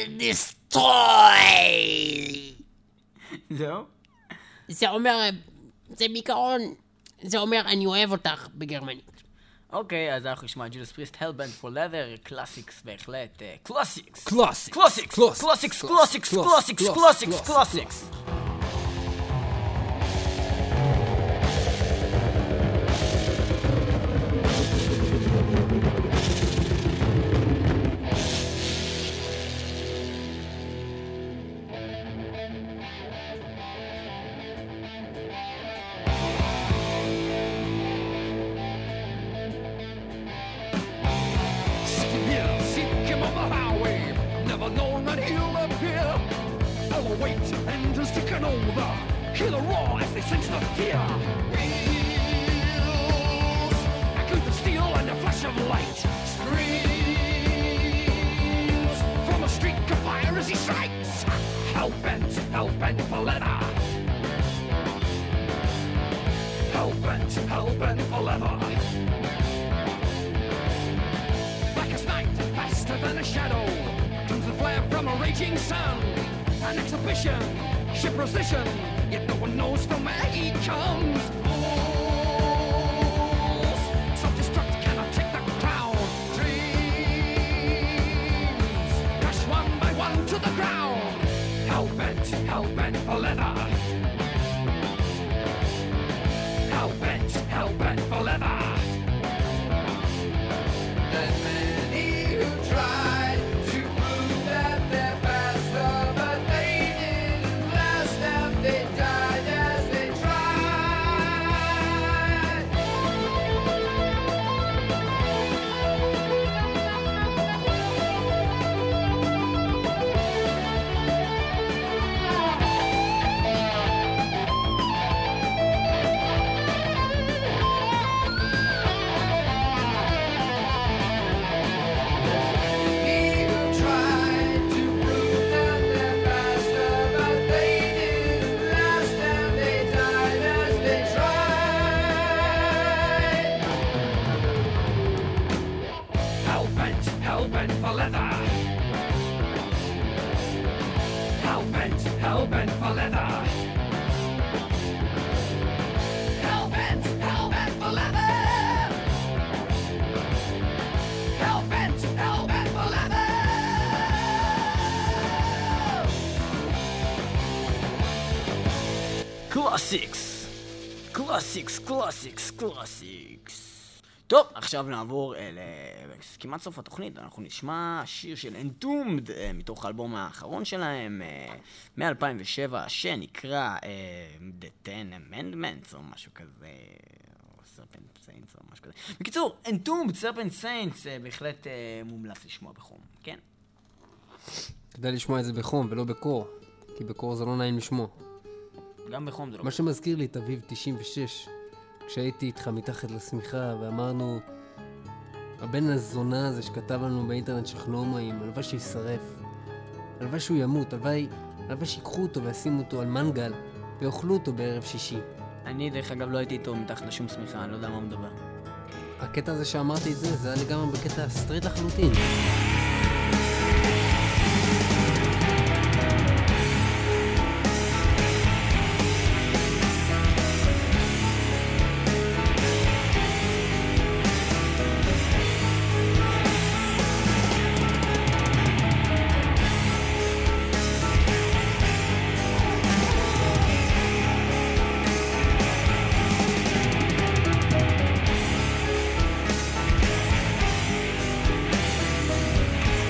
Speaker 3: Destroy.
Speaker 2: זהו?
Speaker 3: זה אומר, זה בעיקרון, זה אומר אני אוהב אותך בגרמנית.
Speaker 2: אוקיי, אז אנחנו נשמע ג'ודס פריסט, Hellbent for Leather, קלאסיקס בהחלט, קלאסיקס.
Speaker 7: Classics.
Speaker 2: קלאסיקס,
Speaker 7: Classics.
Speaker 2: קלאסיקס,
Speaker 7: Classics.
Speaker 2: קלאסיקס,
Speaker 7: Classics.
Speaker 2: קלאסיקס,
Speaker 7: Classics.
Speaker 2: קלאסיקס,
Speaker 7: Classics.
Speaker 2: קלאסיקס.
Speaker 5: and he'll appear. All await and is taken over. Hear the roar as they sense the fear. Wheels, a glint of steel and a flash of light. Screams from a streak of fire as he strikes. Hell-bent, hell-bent for leather. Hell-bent, hell-bent for leather. Black as night, faster than a shadow. Comes the flare from a raging sun. An exhibition, ship position. Yet no one knows from where he comes. Fools, self-destruct cannot take the crown. Dreams crash one by one to the ground. Hell-bent, hell-bent for leather. Hell-bent, hell-bent for leather. There's many who tried to prove that they're faster, but they didn't last and they died as they tried. Many who tried to prove that they're faster, but they didn't last and they died as they tried. Hell-bent, hell-bent for leather. Hell-bent, hell-bent for leather. Hell-bent, hell-bent for leather. Hell-bent, hell-bent for leather.
Speaker 2: קלאסיקס, קלאסיקס, קלאסיקס, קלאסיקס. טוב, עכשיו נעבור אל אה, כמעט סוף התוכנית. אנחנו נשמע שיר של Entombed אה, מתוך האלבום האחרון שלהם אה, מ-אלפיים ושבע שנקרא אה, The Ten Amendments או משהו כזה, או Serpent Saints או משהו כזה. בקיצור, Entombed, Serpent Saints אה, בהחלט אה, מומלץ לשמוע בחום, כן?
Speaker 7: כדאי לשמוע את זה בחום ולא בקור, כי בקור זה לא נעים לשמוע.
Speaker 2: גם בחום זה לא...
Speaker 7: מה שמזכיר לי את אביב תשעים ושש, כשהייתי איתך מתחת לשמיכה ואמרנו, הבן הזונה הזה שכתב לנו באינטרנט שאנחנו הומואים, הלוואי שישרף, הלוואי שהוא ימות, הלוואי, הלוואי שיקחו אותו וישימו אותו על מנגל ויאכלו אותו בערב שישי.
Speaker 2: אני דרך אגב לא הייתי איתו מתחת לשום סמיכה, אני לא יודע מה הוא מדבר.
Speaker 7: הקטע הזה שאמרתי את זה, זה היה לגמרי בקטע סטריט לחלוטין.
Speaker 5: Hell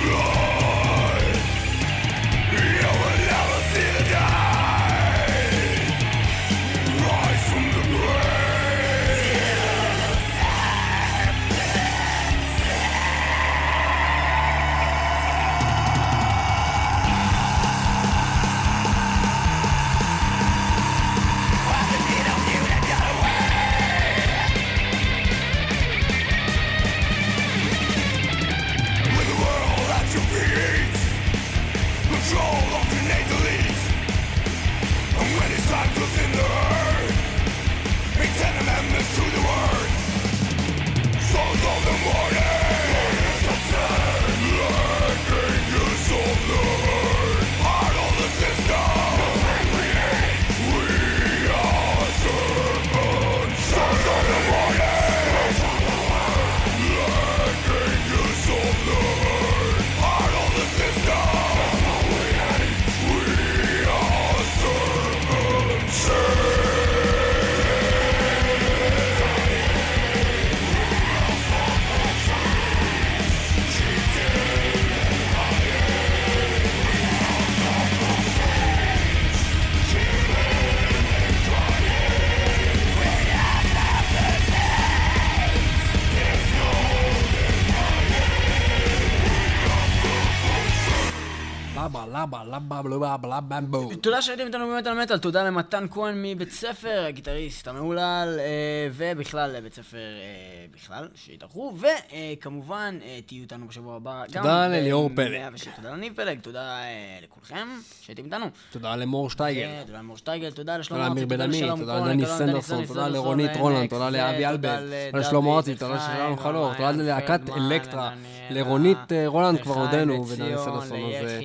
Speaker 2: תודה שהייתם איתנו באמת על מטל, תודה למתן כהן מבית ספר, הגיטריסט המעולל, ובכלל בית ספר בכלל, שהתארחו, וכמובן תהיו איתנו בשבוע הבא.
Speaker 7: תודה לליאור פלג.
Speaker 2: תודה לניב פלג, תודה לכולכם שהייתם איתנו.
Speaker 7: תודה למור שטייגל.
Speaker 2: תודה למור שטייגל, תודה לשלמה
Speaker 7: ארצי,
Speaker 2: ארצי,
Speaker 7: תודה לאמיר בן עמי, תודה לדני סנדרסון, תודה לרונית רולנד, תודה לאבי אלבז, תודה לשלמה ארצי, תודה לשלום חלור, תודה ללהקת אלקטרה, לרונית רולנד כבר הודנו, ודני סנדרסון הזה.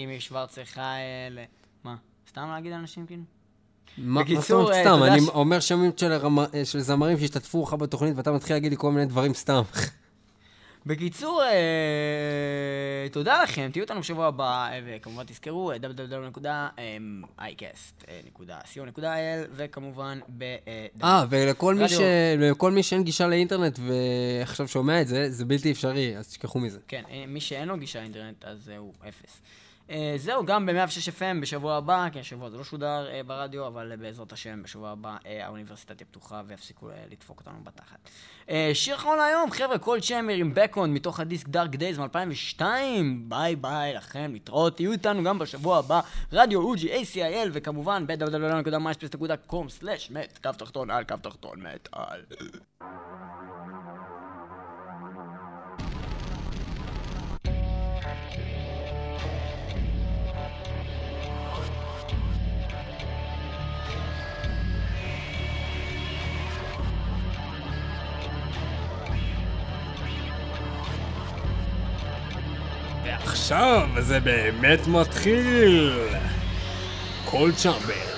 Speaker 2: חיל, מה? סתם להגיד לאנשים כאילו?
Speaker 7: מה זאת סתם? אני אומר שמות של זמרים שהשתתפו לך בתוכנית ואתה מתחיל להגיד לי כל מיני דברים סתם.
Speaker 2: בקיצור, תודה לכם, תהיו אותנו בשבוע הבא, וכמובן תזכרו דאבליו דאבליו דאבליו נקודה איי קאסט נקודה סי או נקודה איי אל, וכמובן ב...
Speaker 7: אה, ולכל מי שאין גישה לאינטרנט ועכשיו שומע את זה, זה בלתי אפשרי, אז תשכחו מזה. כן,
Speaker 2: מי שאין לו גישה לאינטרנט, אז הוא אפס. זהו, גם ב-מאה ושש אף אם בשבוע הבא, כי השבוע זה לא שודר ברדיו, אבל בעזרת השם בשבוע הבא האוניברסיטה תהיה פתוחה ויפסיקו לדפוק אותנו בתחת. שיר אחרון להיום, חבר'ה, קולד צ'מבר עם בקון מתוך הדיסק דארק דייז מ-אלפיים ושתיים. ביי ביי לכם, להתראות, תהיו איתנו גם בשבוע הבא, רדיו אוג'י איי סי איי אל, וכמובן ב דאבליו דאבליו דאבליו נקודה מייספייס נקודה קום סלאש מת, קו תחתון על קו תחתון מת על.
Speaker 7: עכשיו זה באמת מתחיל. קולד צ'מבר.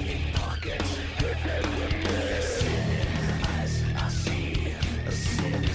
Speaker 5: Sin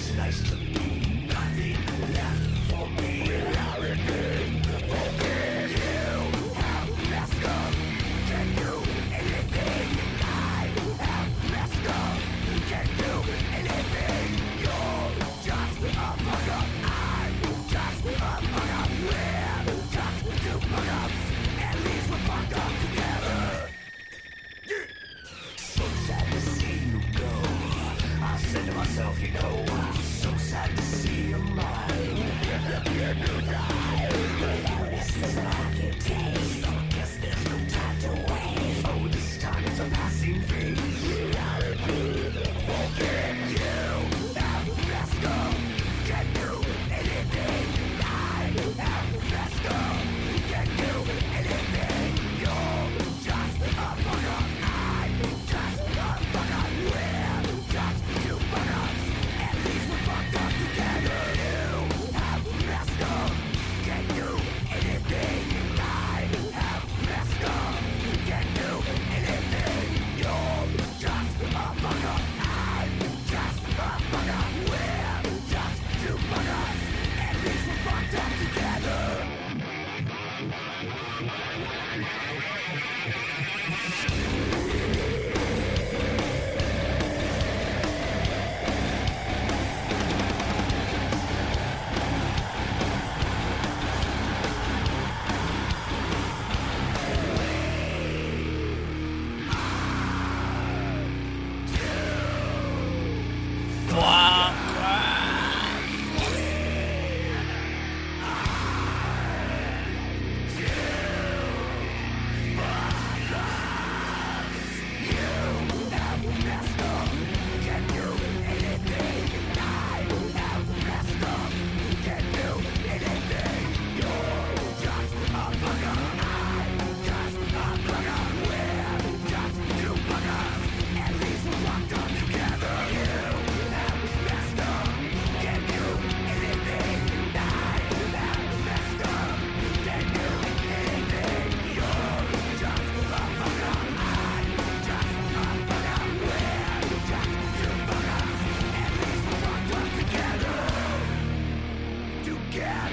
Speaker 5: Together